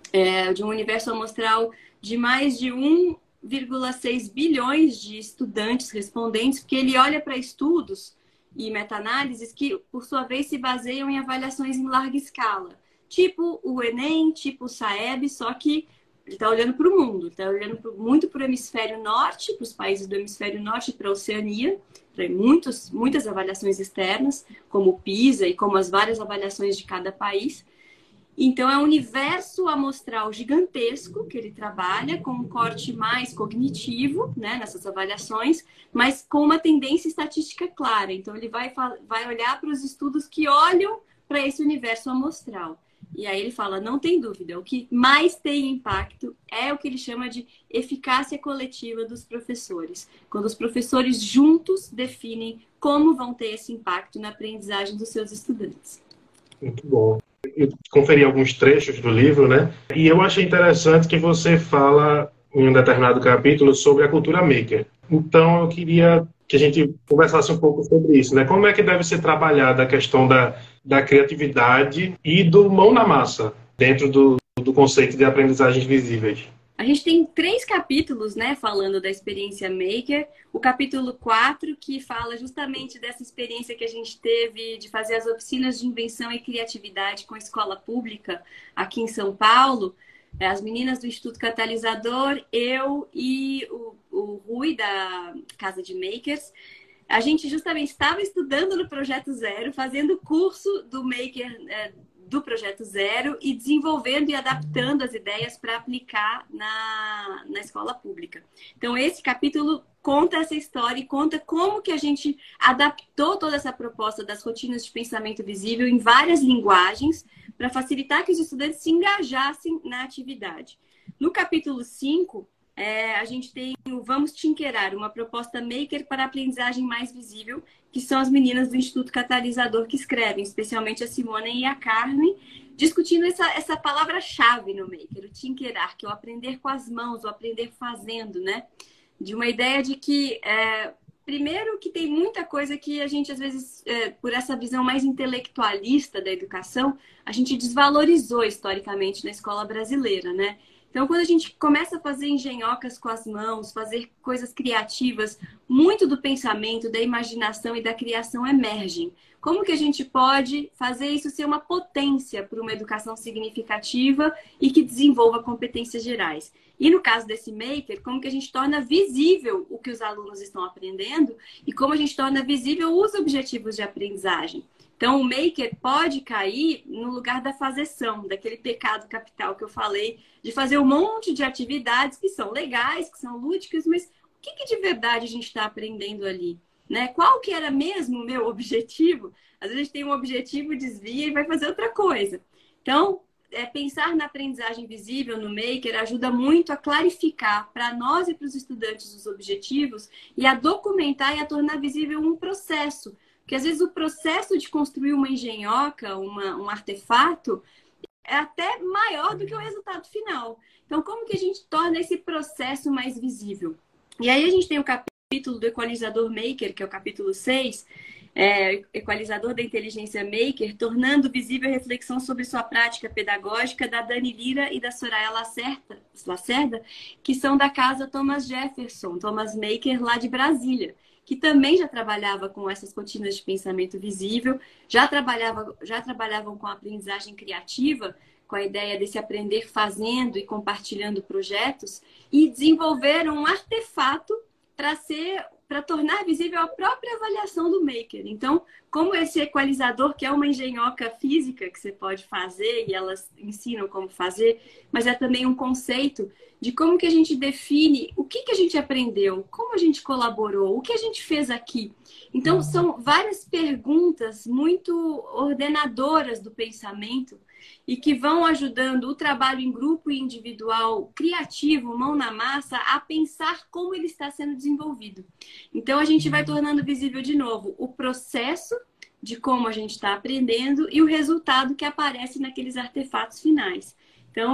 é, de um universo amostral de mais de um vírgula seis bilhões de estudantes respondentes, porque ele olha para estudos e meta-análises que, por sua vez, se baseiam em avaliações em larga escala. Tipo o Enem, tipo o SAEB, só que ele está olhando para o mundo, está olhando pro, muito para o hemisfério norte, para os países do hemisfério norte, para a Oceania, para muitas, muitas avaliações externas, como o PISA e como as várias avaliações de cada país. Então, é um universo amostral gigantesco que ele trabalha, com um corte mais cognitivo, né, nessas avaliações, mas com uma tendência estatística clara. Então, ele vai, vai olhar para os estudos que olham para esse universo amostral. E aí ele fala, não tem dúvida, o que mais tem impacto é o que ele chama de eficácia coletiva dos professores. Quando os professores juntos definem como vão ter esse impacto na aprendizagem dos seus estudantes. Muito bom. Eu conferi alguns trechos do livro, né? E eu achei interessante que você fala em um determinado capítulo sobre a cultura maker. Então, eu queria que a gente conversasse um pouco sobre isso, né? Como é que deve ser trabalhada a questão da, da criatividade e do mão na massa dentro do, do conceito de aprendizagens visíveis? A gente tem três capítulos, né, falando da experiência maker. O capítulo quatro, que fala justamente dessa experiência que a gente teve de fazer as oficinas de invenção e criatividade com a escola pública aqui em São Paulo. As meninas do Instituto Catalisador, eu e o, o Rui, da Casa de Makers. A gente justamente estava estudando no Projeto Zero, fazendo o curso do Maker... É, do Projeto Zero e desenvolvendo e adaptando as ideias para aplicar na, na escola pública. Então, esse capítulo conta essa história e conta como que a gente adaptou toda essa proposta das rotinas de pensamento visível em várias linguagens para facilitar que os estudantes se engajassem na atividade. No capítulo cinco, é, a gente tem o Vamos Tinkerar, uma proposta maker para a aprendizagem mais visível, que são as meninas do Instituto Catalisador que escrevem, especialmente a Simona e a Carmen, discutindo essa, essa palavra-chave no maker, o tinkerar, que é o aprender com as mãos, o aprender fazendo, né? De uma ideia de que, é, primeiro, que tem muita coisa que a gente, às vezes, é, por essa visão mais intelectualista da educação, a gente desvalorizou historicamente na escola brasileira, né? Então, quando a gente começa a fazer engenhocas com as mãos, fazer coisas criativas, muito do pensamento, da imaginação e da criação emergem. Como que a gente pode fazer isso ser uma potência para uma educação significativa e que desenvolva competências gerais? E no caso desse maker, como que a gente torna visível o que os alunos estão aprendendo e como a gente torna visível os objetivos de aprendizagem? Então, o maker pode cair no lugar da fazeção, daquele pecado capital que eu falei, de fazer um monte de atividades que são legais, que são lúdicas, mas o que, que de verdade a gente está aprendendo ali? Né? Qual que era mesmo o meu objetivo? Às vezes a gente tem um objetivo, desvia e vai fazer outra coisa. Então, é, pensar na aprendizagem visível no maker ajuda muito a clarificar para nós e para os estudantes os objetivos e a documentar e a tornar visível um processo. Porque às vezes o processo de construir uma engenhoca, uma, um artefato, é até maior do que o resultado final. Então, como que a gente torna esse processo mais visível? E aí a gente tem o capítulo do Equalizador Maker, que é o capítulo seis, é, Equalizador da Inteligência Maker, tornando visível a reflexão sobre sua prática pedagógica, da Dani Lira e da Soraya Lacerda, Lacerda, que são da casa Thomas Jefferson, Thomas Maker, lá de Brasília, que também já trabalhava com essas rotinas de pensamento visível, já, trabalhava, já trabalhavam com a aprendizagem criativa, com a ideia desse aprender fazendo e compartilhando projetos, e desenvolveram um artefato para ser, para tornar visível a própria avaliação do maker. Então, como esse equalizador, que é uma engenhoca física que você pode fazer, e elas ensinam como fazer, mas é também um conceito de como que a gente define o que, que a gente aprendeu, como a gente colaborou, o que a gente fez aqui. Então, são várias perguntas muito ordenadoras do pensamento e que vão ajudando o trabalho em grupo e individual, criativo, mão na massa, a pensar como ele está sendo desenvolvido. Então, a gente vai tornando visível de novo o processo de como a gente está aprendendo e o resultado que aparece naqueles artefatos finais. Então,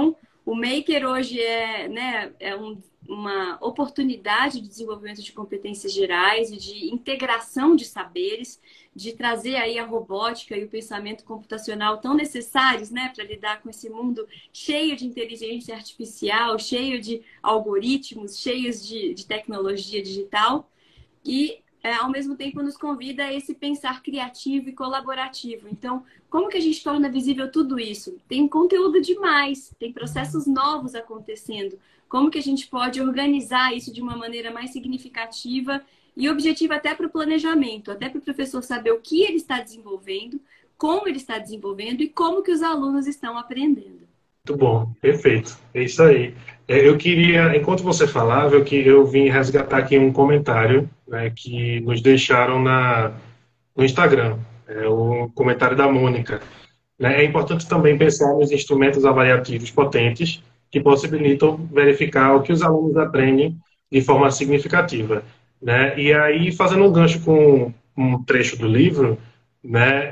O Maker hoje é, né, é um, uma oportunidade de desenvolvimento de competências gerais e de integração de saberes, de trazer aí a robótica e o pensamento computacional tão necessários, né, para lidar com esse mundo cheio de inteligência artificial, cheio de algoritmos, cheios de, de tecnologia digital. E, é, ao mesmo tempo, nos convida a esse pensar criativo e colaborativo. Então, como que a gente torna visível tudo isso? Tem conteúdo demais, tem processos novos acontecendo. Como que a gente pode organizar isso de uma maneira mais significativa e objetiva até para o planejamento, até para o professor saber o que ele está desenvolvendo, como ele está desenvolvendo e como que os alunos estão aprendendo. Muito bom, perfeito. É isso aí. É, eu queria, enquanto você falava, eu, que, eu vim resgatar aqui um comentário, né, que nos deixaram na, no Instagram. É o comentário da Mônica. Né? É importante também pensar nos instrumentos avaliativos potentes que possibilitam verificar o que os alunos aprendem de forma significativa. Né? E aí, fazendo um gancho com um trecho do livro, né,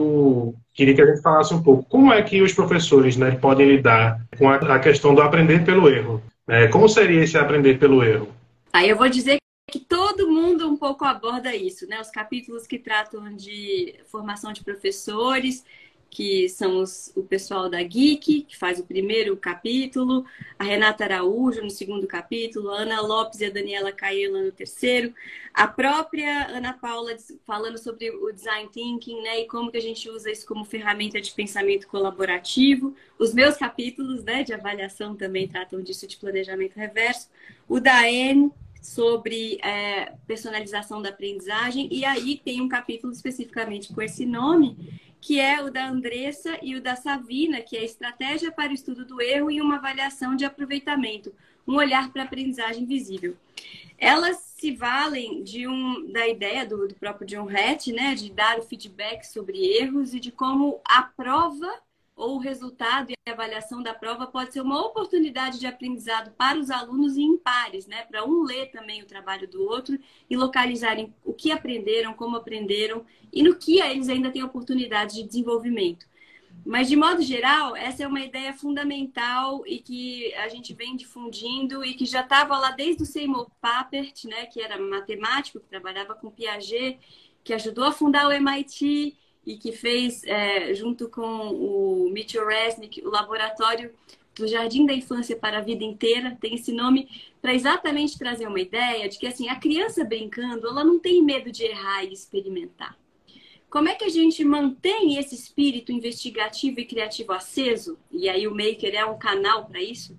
eu queria que a gente falasse um pouco como é que os professores, né, podem lidar com a, a questão do aprender pelo erro. Né? Como seria esse aprender pelo erro? Aí eu vou dizer que todo mundo um pouco aborda isso, né? Os capítulos que tratam de formação de professores, que são os, o pessoal da Geek, que faz o primeiro capítulo, a Renata Araújo no segundo capítulo, a Ana Lopes e a Daniela Caela no terceiro, a própria Ana Paula falando sobre o Design Thinking, né, e como que a gente usa isso como ferramenta de pensamento colaborativo. Os meus capítulos, né, de avaliação também tratam disso, de planejamento reverso. O da Anne sobre é, personalização da aprendizagem, e aí tem um capítulo especificamente com esse nome, que é o da Andressa e o da Savina, que é Estratégia para o Estudo do Erro e uma Avaliação de Aproveitamento, um olhar para a aprendizagem visível. Elas se valem de um, da ideia do, do próprio John Hatch, né, de dar o feedback sobre erros e de como a prova ou o resultado e a avaliação da prova pode ser uma oportunidade de aprendizado para os alunos em pares, né? Para um ler também o trabalho do outro e localizarem o que aprenderam, como aprenderam e no que eles ainda têm oportunidade de desenvolvimento. Mas, de modo geral, essa é uma ideia fundamental e que a gente vem difundindo e que já estava lá desde o Seymour Papert, né? Que era matemático, que trabalhava com Piaget, que ajudou a fundar o M I T e que fez, é, junto com o Mitchell Resnick, o laboratório do Jardim da Infância para a Vida Inteira, tem esse nome para exatamente trazer uma ideia de que assim, a criança brincando, ela não tem medo de errar e experimentar. Como é que a gente mantém esse espírito investigativo e criativo aceso? E aí o Maker é um canal para isso.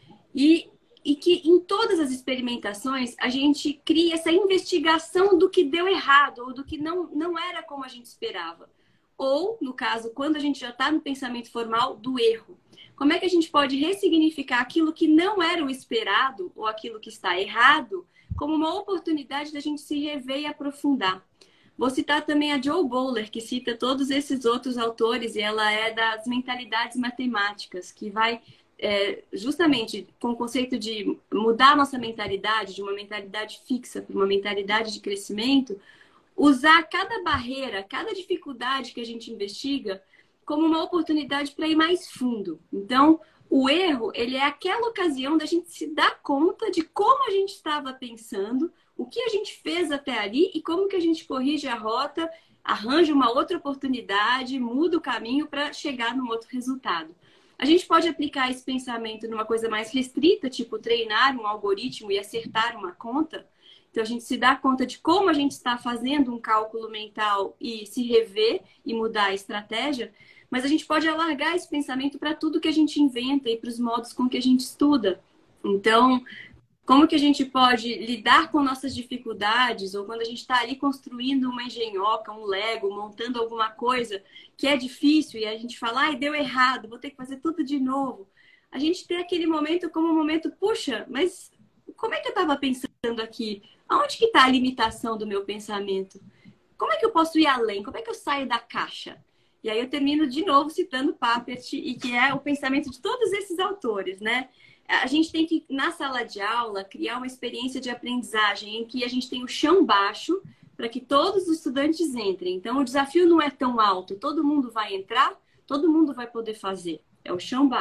E, e que em todas as experimentações a gente cria essa investigação do que deu errado ou do que não, não era como a gente esperava. Ou, no caso, quando a gente já está no pensamento formal, do erro. Como é que a gente pode ressignificar aquilo que não era o esperado ou aquilo que está errado como uma oportunidade da gente se rever e aprofundar? Vou citar também a Jo Boaler, que cita todos esses outros autores, e ela é das mentalidades matemáticas, que vai é, justamente com o conceito de mudar a nossa mentalidade, de uma mentalidade fixa para uma mentalidade de crescimento, usar cada barreira, cada dificuldade que a gente investiga como uma oportunidade para ir mais fundo. Então, o erro, ele é aquela ocasião da gente se dar conta de como a gente estava pensando, o que a gente fez até ali e como que a gente corrige a rota, arranja uma outra oportunidade, muda o caminho para chegar num outro resultado. A gente pode aplicar esse pensamento numa coisa mais restrita, tipo treinar um algoritmo e acertar uma conta. Então, a gente se dá conta de como a gente está fazendo um cálculo mental e se rever e mudar a estratégia, mas a gente pode alargar esse pensamento para tudo que a gente inventa e para os modos com que a gente estuda. Então, como que a gente pode lidar com nossas dificuldades ou quando a gente está ali construindo uma engenhoca, um Lego, montando alguma coisa que é difícil e a gente fala, ai, deu errado, vou ter que fazer tudo de novo. A gente tem aquele momento como um momento, puxa, mas como é que eu estava pensando aqui? Aonde que está a limitação do meu pensamento? Como é que eu posso ir além? Como é que eu saio da caixa? E aí eu termino de novo citando Papert, e que é o pensamento de todos esses autores, né? A gente tem que, na sala de aula, criar uma experiência de aprendizagem em que a gente tem o chão baixo para que todos os estudantes entrem. Então, o desafio não é tão alto. Todo mundo vai entrar, todo mundo vai poder fazer. É o chão baixo.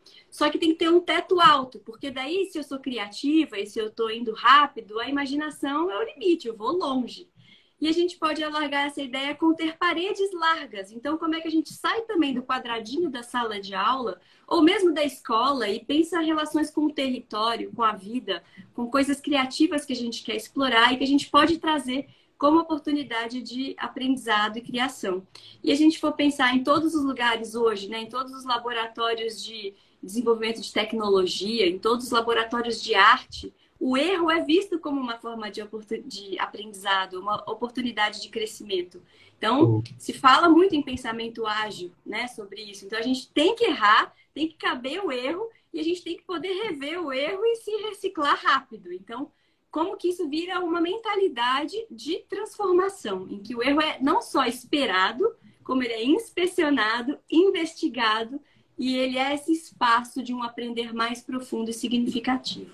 Só que tem que ter um teto alto, porque daí, se eu sou criativa e se eu estou indo rápido, a imaginação é o limite, eu vou longe. E a gente pode alargar essa ideia com ter paredes largas. Então, como é que a gente sai também do quadradinho da sala de aula, ou mesmo da escola, e pensa relações com o território, com a vida, com coisas criativas que a gente quer explorar e que a gente pode trazer como oportunidade de aprendizado e criação. E a gente for pensar em todos os lugares hoje, né, em todos os laboratórios de desenvolvimento de tecnologia, em todos os laboratórios de arte, o erro é visto como uma forma de, de aprendizado, uma oportunidade de crescimento. Então, se fala muito em pensamento ágil, né, sobre isso. Então, a gente tem que errar, tem que caber o erro e a gente tem que poder rever o erro e se reciclar rápido. Então, como que isso vira uma mentalidade de transformação, em que o erro é não só esperado, como ele é inspecionado, investigado, e ele é esse espaço de um aprender mais profundo e significativo.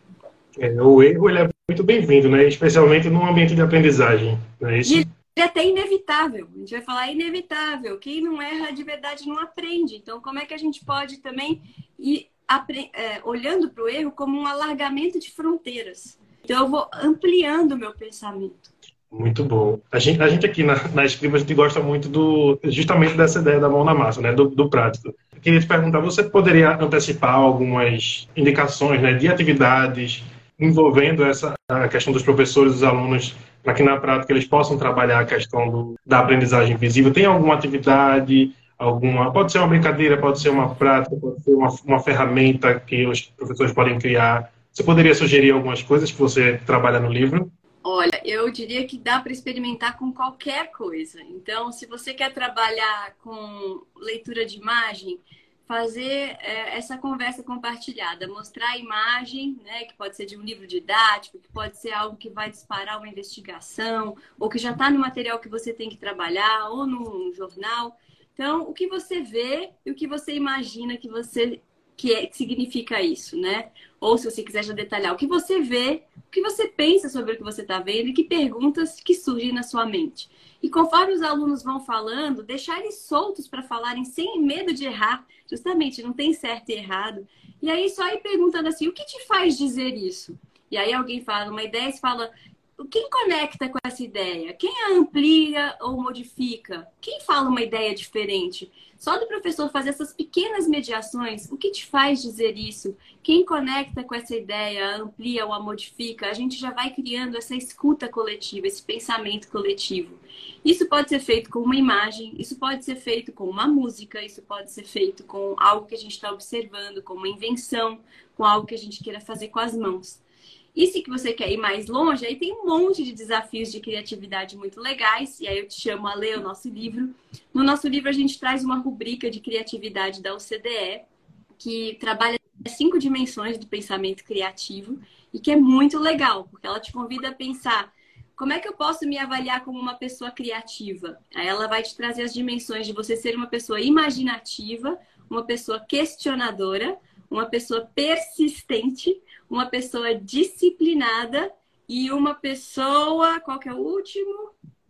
É, o erro ele é muito bem-vindo, né? Especialmente num ambiente de aprendizagem. Não é isso? E ele é até inevitável. A gente vai falar inevitável. Quem não erra de verdade não aprende. Então, como é que a gente pode também ir é, olhando para o erro como um alargamento de fronteiras? Então, eu vou ampliando o meu pensamento. Muito bom. A gente, a gente aqui na, na Escriba, a gente gosta muito do, justamente dessa ideia da mão na massa, né? do, do prático. Eu queria te perguntar, você poderia antecipar algumas indicações, né, de atividades envolvendo essa a questão dos professores e dos alunos, para que na prática eles possam trabalhar a questão do, da aprendizagem visível? Tem alguma atividade, alguma, pode ser uma brincadeira, pode ser uma prática, pode ser uma, uma ferramenta que os professores podem criar? Você poderia sugerir algumas coisas que você trabalha no livro? Olha, eu diria que dá para experimentar com qualquer coisa. Então, se você quer trabalhar com leitura de imagem, fazer é, essa conversa compartilhada, mostrar a imagem, né, que pode ser de um livro didático, que pode ser algo que vai disparar uma investigação, ou que já está no material que você tem que trabalhar, ou num jornal. Então, o que você vê e o que você imagina que você que, é, que significa isso, né? Ou se você quiser já detalhar o que você vê, o que você pensa sobre o que você está vendo e que perguntas que surgem na sua mente. E conforme os alunos vão falando, deixar eles soltos para falarem sem medo de errar. Justamente, não tem certo e errado. E aí só ir perguntando assim, o que te faz dizer isso? E aí alguém fala uma ideia e você fala, quem conecta com essa ideia? Quem a amplia ou modifica? Quem fala uma ideia diferente? Só do professor fazer essas pequenas mediações, o que te faz dizer isso? Quem conecta com essa ideia, amplia ou a modifica? A gente já vai criando essa escuta coletiva, esse pensamento coletivo. Isso pode ser feito com uma imagem, isso pode ser feito com uma música, isso pode ser feito com algo que a gente está observando, com uma invenção, com algo que a gente queira fazer com as mãos. E se você quer ir mais longe, aí tem um monte de desafios de criatividade muito legais. E aí eu te chamo a ler o nosso livro. No nosso livro, a gente traz uma rubrica de criatividade da O C D E, que trabalha cinco dimensões do pensamento criativo e que é muito legal, porque ela te convida a pensar como é que eu posso me avaliar como uma pessoa criativa. Aí ela vai te trazer as dimensões de você ser uma pessoa imaginativa, uma pessoa questionadora, uma pessoa persistente, uma pessoa disciplinada e uma pessoa, qual que é o último?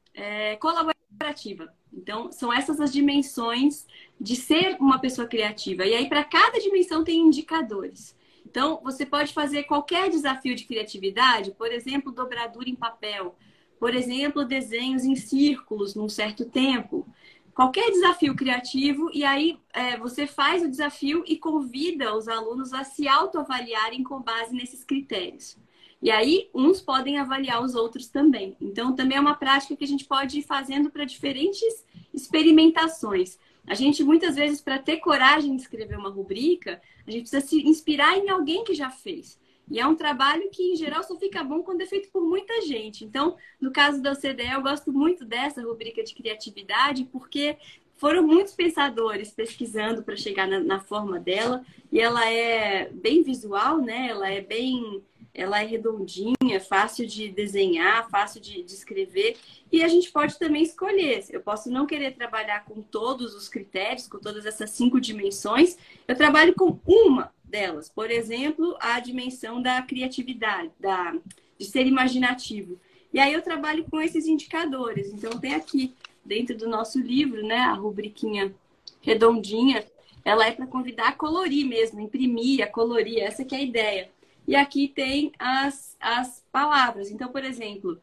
É, colaborativa. Então, são essas as dimensões de ser uma pessoa criativa. E aí, para cada dimensão, tem indicadores. Então, você pode fazer qualquer desafio de criatividade, por exemplo, dobradura em papel, por exemplo, desenhos em círculos num certo tempo. Qualquer desafio criativo, e aí é, você faz o desafio e convida os alunos a se autoavaliarem com base nesses critérios. E aí, uns podem avaliar os outros também. Então, também é uma prática que a gente pode ir fazendo para diferentes experimentações. A gente, muitas vezes, para ter coragem de escrever uma rubrica, a gente precisa se inspirar em alguém que já fez. E é um trabalho que, em geral, só fica bom quando é feito por muita gente. Então, no caso da O C D E, eu gosto muito dessa rubrica de criatividade, porque foram muitos pensadores pesquisando para chegar na, na forma dela. E ela é bem visual, né? Ela é bem... Ela é redondinha, fácil de desenhar, fácil de, de escrever. E a gente pode também escolher. Eu posso não querer trabalhar com todos os critérios, com todas essas cinco dimensões. Eu trabalho com uma delas. Por exemplo, a dimensão da criatividade, da, de ser imaginativo. E aí eu trabalho com esses indicadores. Então tem aqui, dentro do nosso livro, né, a rubriquinha redondinha. ela é para convidar a colorir mesmo, imprimir, a colorir, essa que é a ideia. E aqui tem as, as palavras. Então, por exemplo,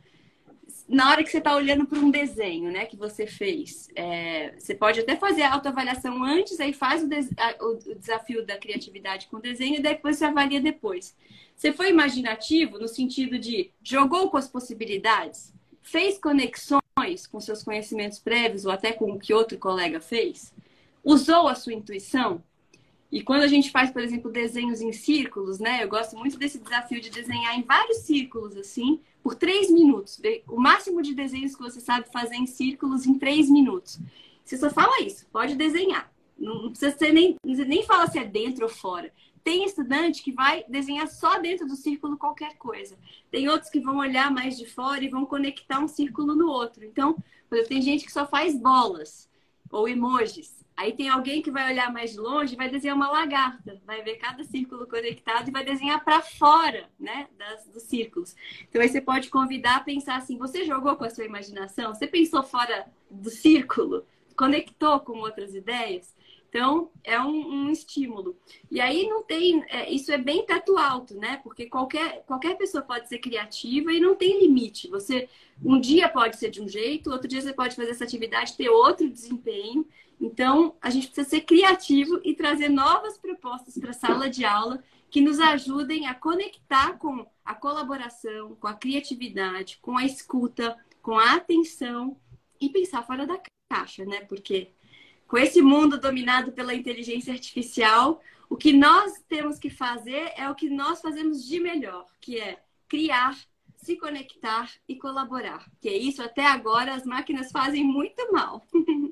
na hora que você está olhando para um desenho, né, que você fez, é, você pode até fazer a autoavaliação antes, aí faz o, des a, o, o desafio da criatividade com o desenho e depois você avalia depois. Você foi imaginativo no sentido de jogou com as possibilidades, fez conexões com seus conhecimentos prévios ou até com o que outro colega fez, usou a sua intuição. E quando a gente faz, por exemplo, desenhos em círculos, né? Eu gosto muito desse desafio de desenhar em vários círculos, assim, por três minutos. O máximo de desenhos que você sabe fazer em círculos em três minutos. Você só fala isso, pode desenhar. Não precisa ser nem, nem fala se é dentro ou fora. Tem estudante que vai desenhar só dentro do círculo qualquer coisa. Tem outros que vão olhar mais de fora e vão conectar um círculo no outro. Então, por exemplo, tem gente que só faz bolas ou emojis. Aí tem alguém que vai olhar mais de longe e vai desenhar uma lagarta. Vai ver cada círculo conectado e vai desenhar para fora, né, das, dos círculos. Então aí você pode convidar a pensar assim, você jogou com a sua imaginação? Você pensou fora do círculo? Conectou com outras ideias? Então, é um, um estímulo. E aí não tem... É, isso é bem teto alto, né? Porque qualquer, qualquer pessoa pode ser criativa e não tem limite. Você, um dia pode ser de um jeito, outro dia você pode fazer essa atividade, ter outro desempenho. Então, a gente precisa ser criativo e trazer novas propostas para a sala de aula que nos ajudem a conectar com a colaboração, com a criatividade, com a escuta, com a atenção e pensar fora da caixa, né? Porque com esse mundo dominado pela inteligência artificial, o que nós temos que fazer é o que nós fazemos de melhor, que é criar, se conectar e colaborar. Que é isso, até agora, as máquinas fazem muito mal.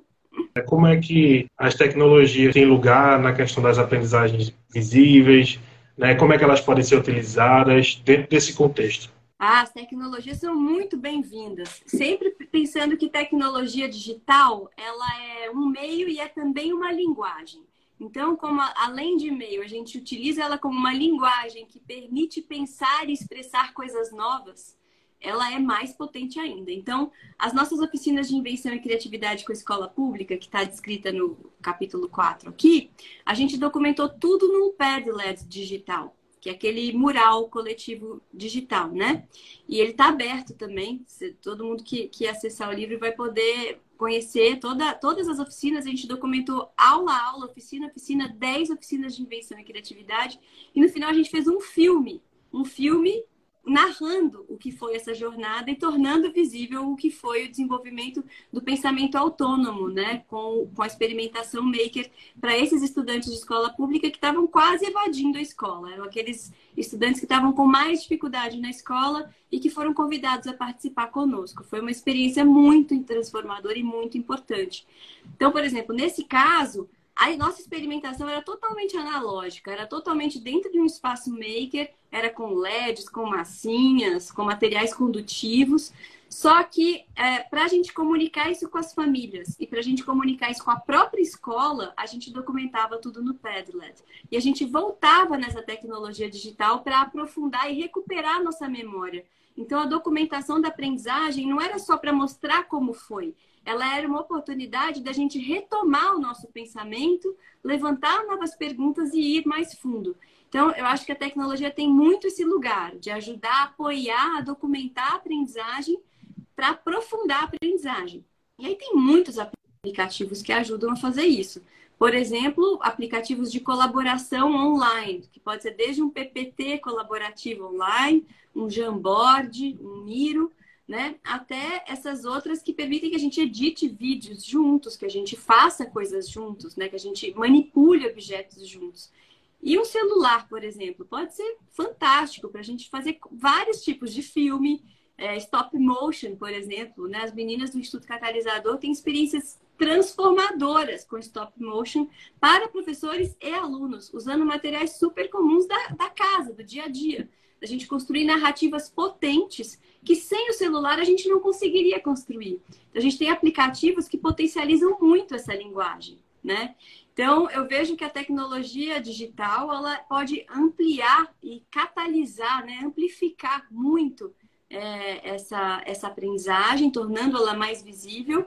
Como é que as tecnologias têm lugar na questão das aprendizagens visíveis, né? Como é que elas podem ser utilizadas dentro desse contexto? Ah, as tecnologias são muito bem-vindas. Sempre pensando que tecnologia digital, ela é um meio e é também uma linguagem. Então, como a, além de meio, a gente utiliza ela como uma linguagem que permite pensar e expressar coisas novas, ela é mais potente ainda. Então, as nossas oficinas de invenção e criatividade com a escola pública, que está descrita no capítulo quatro aqui, a gente documentou tudo num Padlet digital, que é aquele mural coletivo digital, né? E ele está aberto também. Todo mundo que, que acessar o livro vai poder conhecer toda, todas as oficinas. A gente documentou aula a aula, oficina a oficina, dez oficinas de invenção e criatividade. E no final a gente fez um filme. Um filme narrando o que foi essa jornada e tornando visível o que foi o desenvolvimento do pensamento autônomo, né? Com, com a experimentação maker para esses estudantes de escola pública que estavam quase evadindo a escola. Eram aqueles estudantes que estavam com mais dificuldade na escola e que foram convidados a participar conosco. Foi uma experiência muito transformadora e muito importante. Então, por exemplo, nesse caso, a nossa experimentação era totalmente analógica, era totalmente dentro de um espaço maker, era com L E Ds, com massinhas, com materiais condutivos. Só que é, para a gente comunicar isso com as famílias e para a gente comunicar isso com a própria escola, a gente documentava tudo no Padlet. E a gente voltava nessa tecnologia digital para aprofundar e recuperar a nossa memória. Então, a documentação da aprendizagem não era só para mostrar como foi. Ela era uma oportunidade da gente retomar o nosso pensamento, levantar novas perguntas e ir mais fundo. Então, eu acho que a tecnologia tem muito esse lugar de ajudar a apoiar, a documentar a aprendizagem para aprofundar a aprendizagem. E aí tem muitos aplicativos que ajudam a fazer isso. Por exemplo, aplicativos de colaboração online, que pode ser desde um P P T colaborativo online, um Jamboard, um Miro, né? Até essas outras que permitem que a gente edite vídeos juntos, que a gente faça coisas juntos, né? Que a gente manipule objetos juntos. E um celular, por exemplo, pode ser fantástico para a gente fazer vários tipos de filme, é, stop motion, por exemplo, né? As meninas do Instituto Catalisador têm experiências transformadoras com stop motion para professores e alunos, usando materiais super comuns da, da casa, do dia a dia. A gente construir narrativas potentes que sem o celular a gente não conseguiria construir. Então, a gente tem aplicativos que potencializam muito essa linguagem, né? Então, eu vejo que a tecnologia digital ela pode ampliar e catalisar, né? Amplificar muito é, essa, essa aprendizagem, tornando-la mais visível,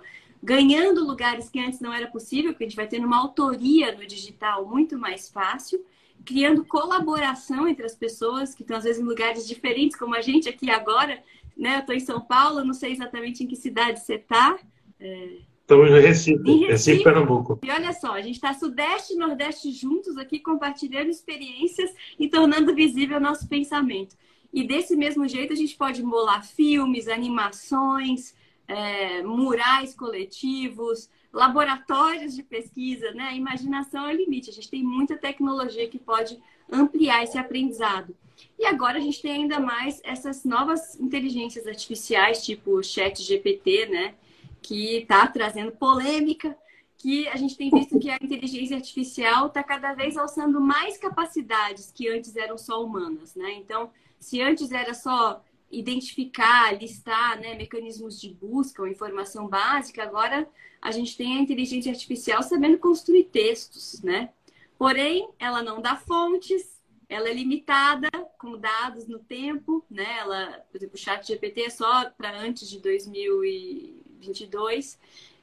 ganhando lugares que antes não era possível, porque a gente vai tendo uma autoria no digital muito mais fácil, criando colaboração entre as pessoas que estão, às vezes, em lugares diferentes, como a gente aqui agora, né? Eu estou em São Paulo, não sei exatamente em que cidade você está. É... Estamos no Recife, em Recife, Recife, Pernambuco. E olha só, a gente está Sudeste e Nordeste juntos aqui, compartilhando experiências e tornando visível o nosso pensamento. E desse mesmo jeito a gente pode embolar filmes, animações, é, murais coletivos, laboratórios de pesquisa, né? A imaginação é o limite. A gente tem muita tecnologia que pode ampliar esse aprendizado. E agora a gente tem ainda mais essas novas inteligências artificiais, tipo o Chat G P T, né? Que está trazendo polêmica, que a gente tem visto que a inteligência artificial está cada vez alçando mais capacidades que antes eram só humanas, né? Então, se antes era só identificar, listar, né, mecanismos de busca ou informação básica, agora a gente tem a inteligência artificial sabendo construir textos, né? Porém, ela não dá fontes, ela é limitada com dados no tempo, né? Ela, por exemplo, o Chat G P T é só para antes de dois mil e vinte e dois.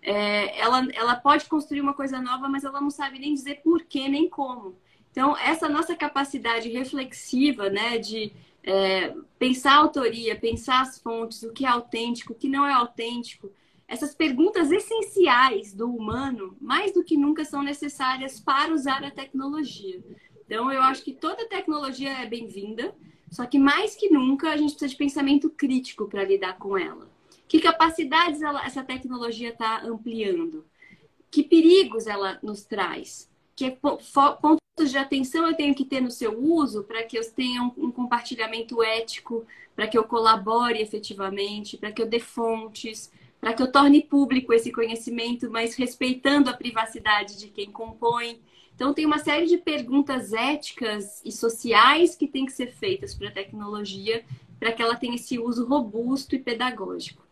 É, ela, ela pode construir uma coisa nova, mas ela não sabe nem dizer por quê nem como. Então, essa nossa capacidade reflexiva, né, de é, pensar a autoria, pensar as fontes, o que é autêntico, o que não é autêntico, essas perguntas essenciais do humano, mais do que nunca são necessárias para usar a tecnologia. Então, eu acho que toda tecnologia é bem-vinda, só que mais que nunca a gente precisa de pensamento crítico para lidar com ela. Que capacidades ela, essa tecnologia está ampliando? Que perigos ela nos traz? Que pontos de atenção eu tenho que ter no seu uso para que eu tenha um, um compartilhamento ético, para que eu colabore efetivamente, para que eu dê fontes, para que eu torne público esse conhecimento, mas respeitando a privacidade de quem compõe. Então, tem uma série de perguntas éticas e sociais que têm que ser feitas para a tecnologia, para que ela tenha esse uso robusto e pedagógico.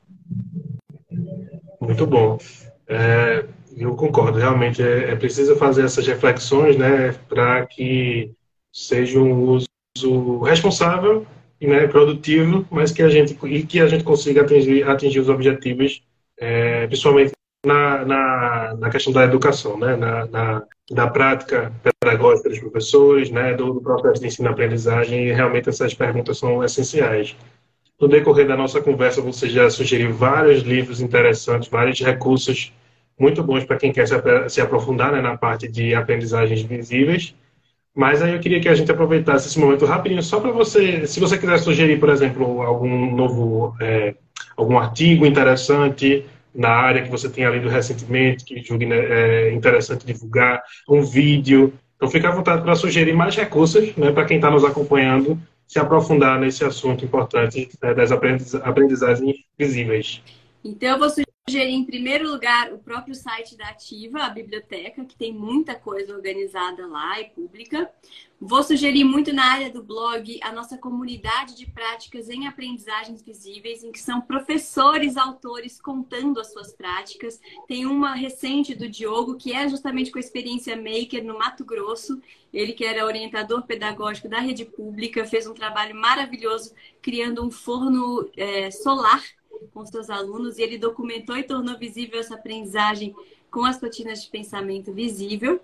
Muito bom. É, eu concordo, realmente é, é preciso fazer essas reflexões, né, para que seja um uso responsável e, né, produtivo, mas que a gente, e que a gente consiga atingir, atingir os objetivos, é, principalmente na, na, na questão da educação, né, na, na, da prática pedagógica dos professores, né, do, do processo de ensino-aprendizagem, e realmente essas perguntas são essenciais. No decorrer da nossa conversa, você já sugeriu vários livros interessantes, vários recursos muito bons para quem quer se, se aprofundar, né, na parte de aprendizagens visíveis. Mas aí eu queria que a gente aproveitasse esse momento rapidinho, só para você, se você quiser sugerir, por exemplo, algum novo, é, algum artigo interessante na área que você tenha lido recentemente, que julgue, né, é interessante divulgar, um vídeo. Então, fique à vontade para sugerir mais recursos, né, para quem está nos acompanhando, se aprofundar nesse assunto importante, né, das aprendizagens visíveis. Então, eu vou sugerir, em primeiro lugar, o próprio site da Ativa, a biblioteca, que tem muita coisa organizada lá e pública. Vou sugerir muito na área do blog a nossa comunidade de práticas em aprendizagens visíveis, em que são professores, autores contando as suas práticas. Tem uma recente do Diogo, que é justamente com a experiência Maker no Mato Grosso. Ele, que era orientador pedagógico da rede pública, fez um trabalho maravilhoso criando um forno é, solar com seus alunos, e ele documentou e tornou visível essa aprendizagem com as rotinas de pensamento visível.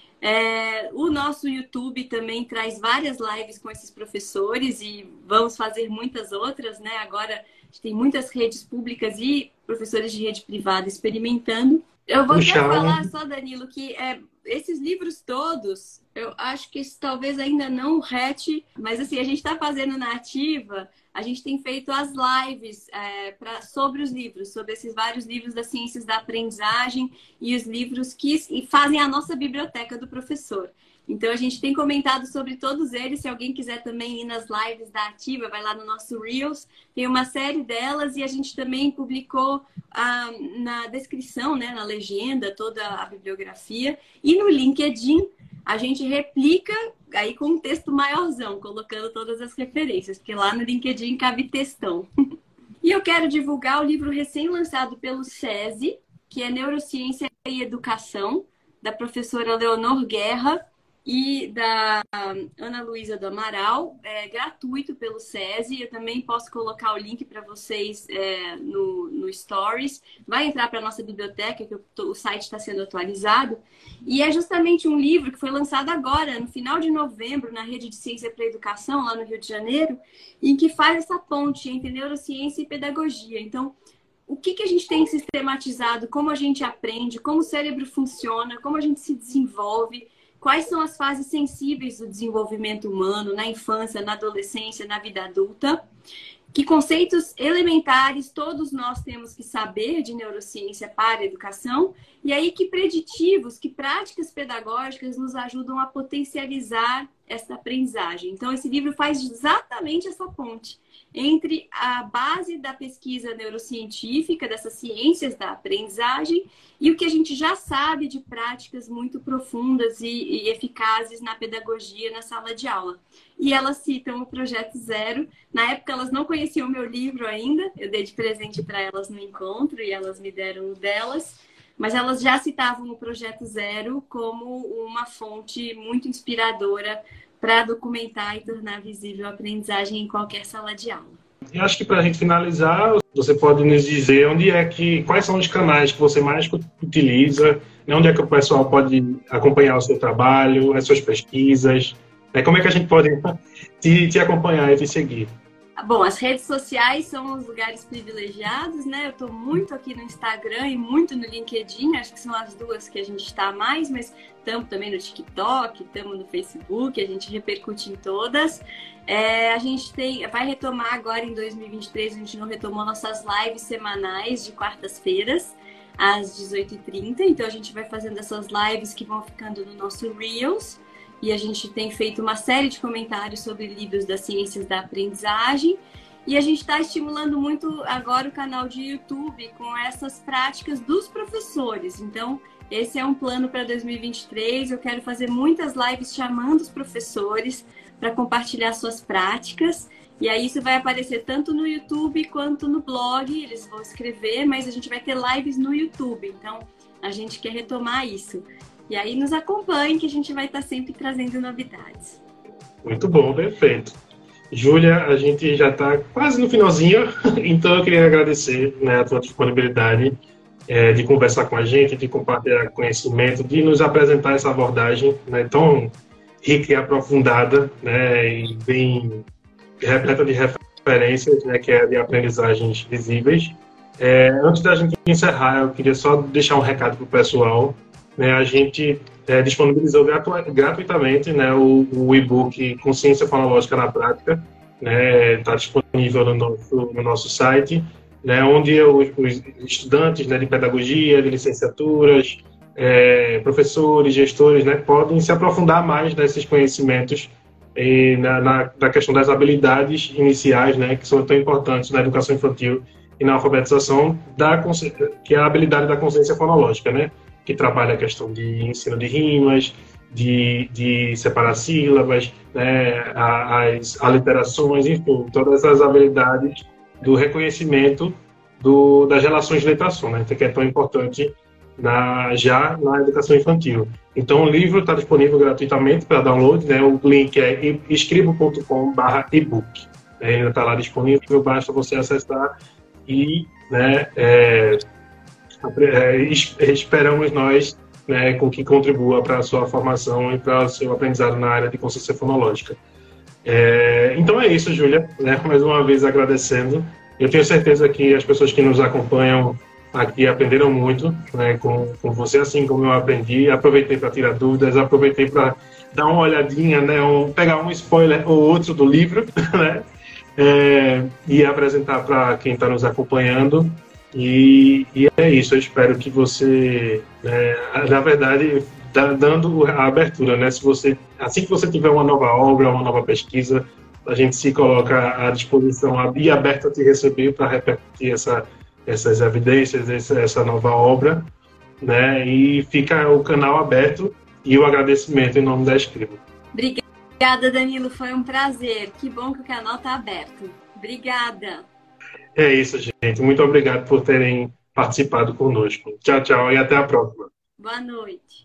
É, o nosso YouTube também traz várias lives com esses professores e vamos fazer muitas outras, né? Agora a gente tem muitas redes públicas e professores de rede privada experimentando. Eu vou Puxa, até falar só, Danilo, que é, esses livros todos, eu acho que isso talvez ainda não rete, mas assim, a gente está fazendo na Ativa, a gente tem feito as lives é, pra, sobre os livros, sobre esses vários livros das ciências da aprendizagem e os livros que e fazem a nossa biblioteca do professor. Então, a gente tem comentado sobre todos eles. Se alguém quiser também ir nas lives da Ativa, vai lá no nosso Reels. Tem uma série delas e a gente também publicou ah, na descrição, né, na legenda, toda a bibliografia. E no LinkedIn, a gente replica aí com um texto maiorzão, colocando todas as referências, porque lá no LinkedIn cabe textão. E eu quero divulgar o livro recém-lançado pelo SESI, que é Neurociência e Educação, da professora Leonor Guerra. e da Ana Luísa do Amaral, é gratuito pelo SESI. Eu também posso colocar o link para vocês é, no, no Stories. Vai entrar para a nossa biblioteca, que o, o site está sendo atualizado. E é justamente um livro que foi lançado agora, no final de novembro, na Rede de Ciência para a Educação, lá no Rio de Janeiro, em que faz essa ponte entre neurociência e pedagogia. Então, o que, que a gente tem sistematizado, como a gente aprende, como o cérebro funciona, como a gente se desenvolve, quais são as fases sensíveis do desenvolvimento humano na infância, na adolescência, na vida adulta, que conceitos elementares todos nós temos que saber de neurociência para a educação, e aí que preditivos, que práticas pedagógicas nos ajudam a potencializar essa aprendizagem. Então, esse livro faz exatamente essa ponte entre a base da pesquisa neurocientífica, dessas ciências da aprendizagem, e o que a gente já sabe de práticas muito profundas e, e eficazes na pedagogia, na sala de aula. E elas citam o Projeto Zero. Na época, elas não conheciam o meu livro ainda, eu dei de presente para elas no encontro e elas me deram o delas, mas elas já citavam o Projeto Zero como uma fonte muito inspiradora para documentar e tornar visível a aprendizagem em qualquer sala de aula. E acho que para a gente finalizar, você pode nos dizer onde é que, quais são os canais que você mais utiliza, onde é que o pessoal pode acompanhar o seu trabalho, as suas pesquisas, né? Como é que a gente pode te, te acompanhar e te seguir? Bom, as redes sociais são os lugares privilegiados, né? Eu estou muito aqui no Instagram e muito no LinkedIn, acho que são as duas que a gente está mais, mas estamos também no TikTok, estamos no Facebook, a gente repercute em todas. É, a gente tem, vai retomar agora em dois mil e vinte e três, a gente não retomou nossas lives semanais de quartas-feiras, às dezoito e trinta, então a gente vai fazendo essas lives que vão ficando no nosso Reels. E a gente tem feito uma série de comentários sobre livros das ciências da aprendizagem. E a gente está estimulando muito agora o canal de YouTube com essas práticas dos professores. Então, esse é um plano para dois mil e vinte e três. Eu quero fazer muitas lives chamando os professores para compartilhar suas práticas. E aí isso vai aparecer tanto no YouTube quanto no blog. Eles vão escrever, mas a gente vai ter lives no YouTube. Então, a gente quer retomar isso. E aí nos acompanhe, que a gente vai estar sempre trazendo novidades. Muito bom, perfeito. Júlia, a gente já está quase no finalzinho, então eu queria agradecer, né, a tua disponibilidade é, de conversar com a gente, de compartilhar conhecimento, de nos apresentar essa abordagem, né, tão rica e aprofundada, né, e bem repleta de referências, né, que é de aprendizagens visíveis. É, antes da gente encerrar, eu queria só deixar um recado para o pessoal. Né, a gente é, disponibilizou gratu gratuitamente, né, o, o e-book Consciência Fonológica na Prática. Está, né, disponível no nosso, no nosso site, né, onde os, os estudantes, né, de pedagogia, de licenciaturas, é, professores, gestores, né, podem se aprofundar mais nesses conhecimentos e na, na, na questão das habilidades iniciais, né, que são tão importantes na educação infantil e na alfabetização, da, que é a habilidade da consciência fonológica, né, que trabalha a questão de ensino de rimas, de, de separar sílabas, né, as aliterações, enfim, todas as habilidades do reconhecimento do, das relações de letra-som, né, que é tão importante na, já na educação infantil. Então, o livro está disponível gratuitamente para download, né, o link é escribo ponto com barra ebook. Né, ainda está lá disponível, basta você acessar e, né, é, esperamos nós, né, com que contribua para a sua formação e para o seu aprendizado na área de consciência fonológica. É, então é isso, Júlia, né, mais uma vez agradecendo. Eu tenho certeza que as pessoas que nos acompanham aqui aprenderam muito, né, com, com você, assim como eu aprendi. Aproveitei para tirar dúvidas, aproveitei para dar uma olhadinha, né, um, pegar um spoiler ou outro do livro, né, é, e apresentar para quem está nos acompanhando. E, e é isso, eu espero que você, né, na verdade, tá dando a abertura, né? Se você, assim que você tiver uma nova obra, uma nova pesquisa, a gente se coloca à disposição e aberto a te receber para repercutir essa, essas evidências, essa, essa nova obra, né? E fica o canal aberto e o agradecimento em nome da Escribo. Obrigada, Danilo, foi um prazer. Que bom que o canal está aberto. Obrigada. É isso, gente. Muito obrigado por terem participado conosco. Tchau, tchau e até a próxima. Boa noite.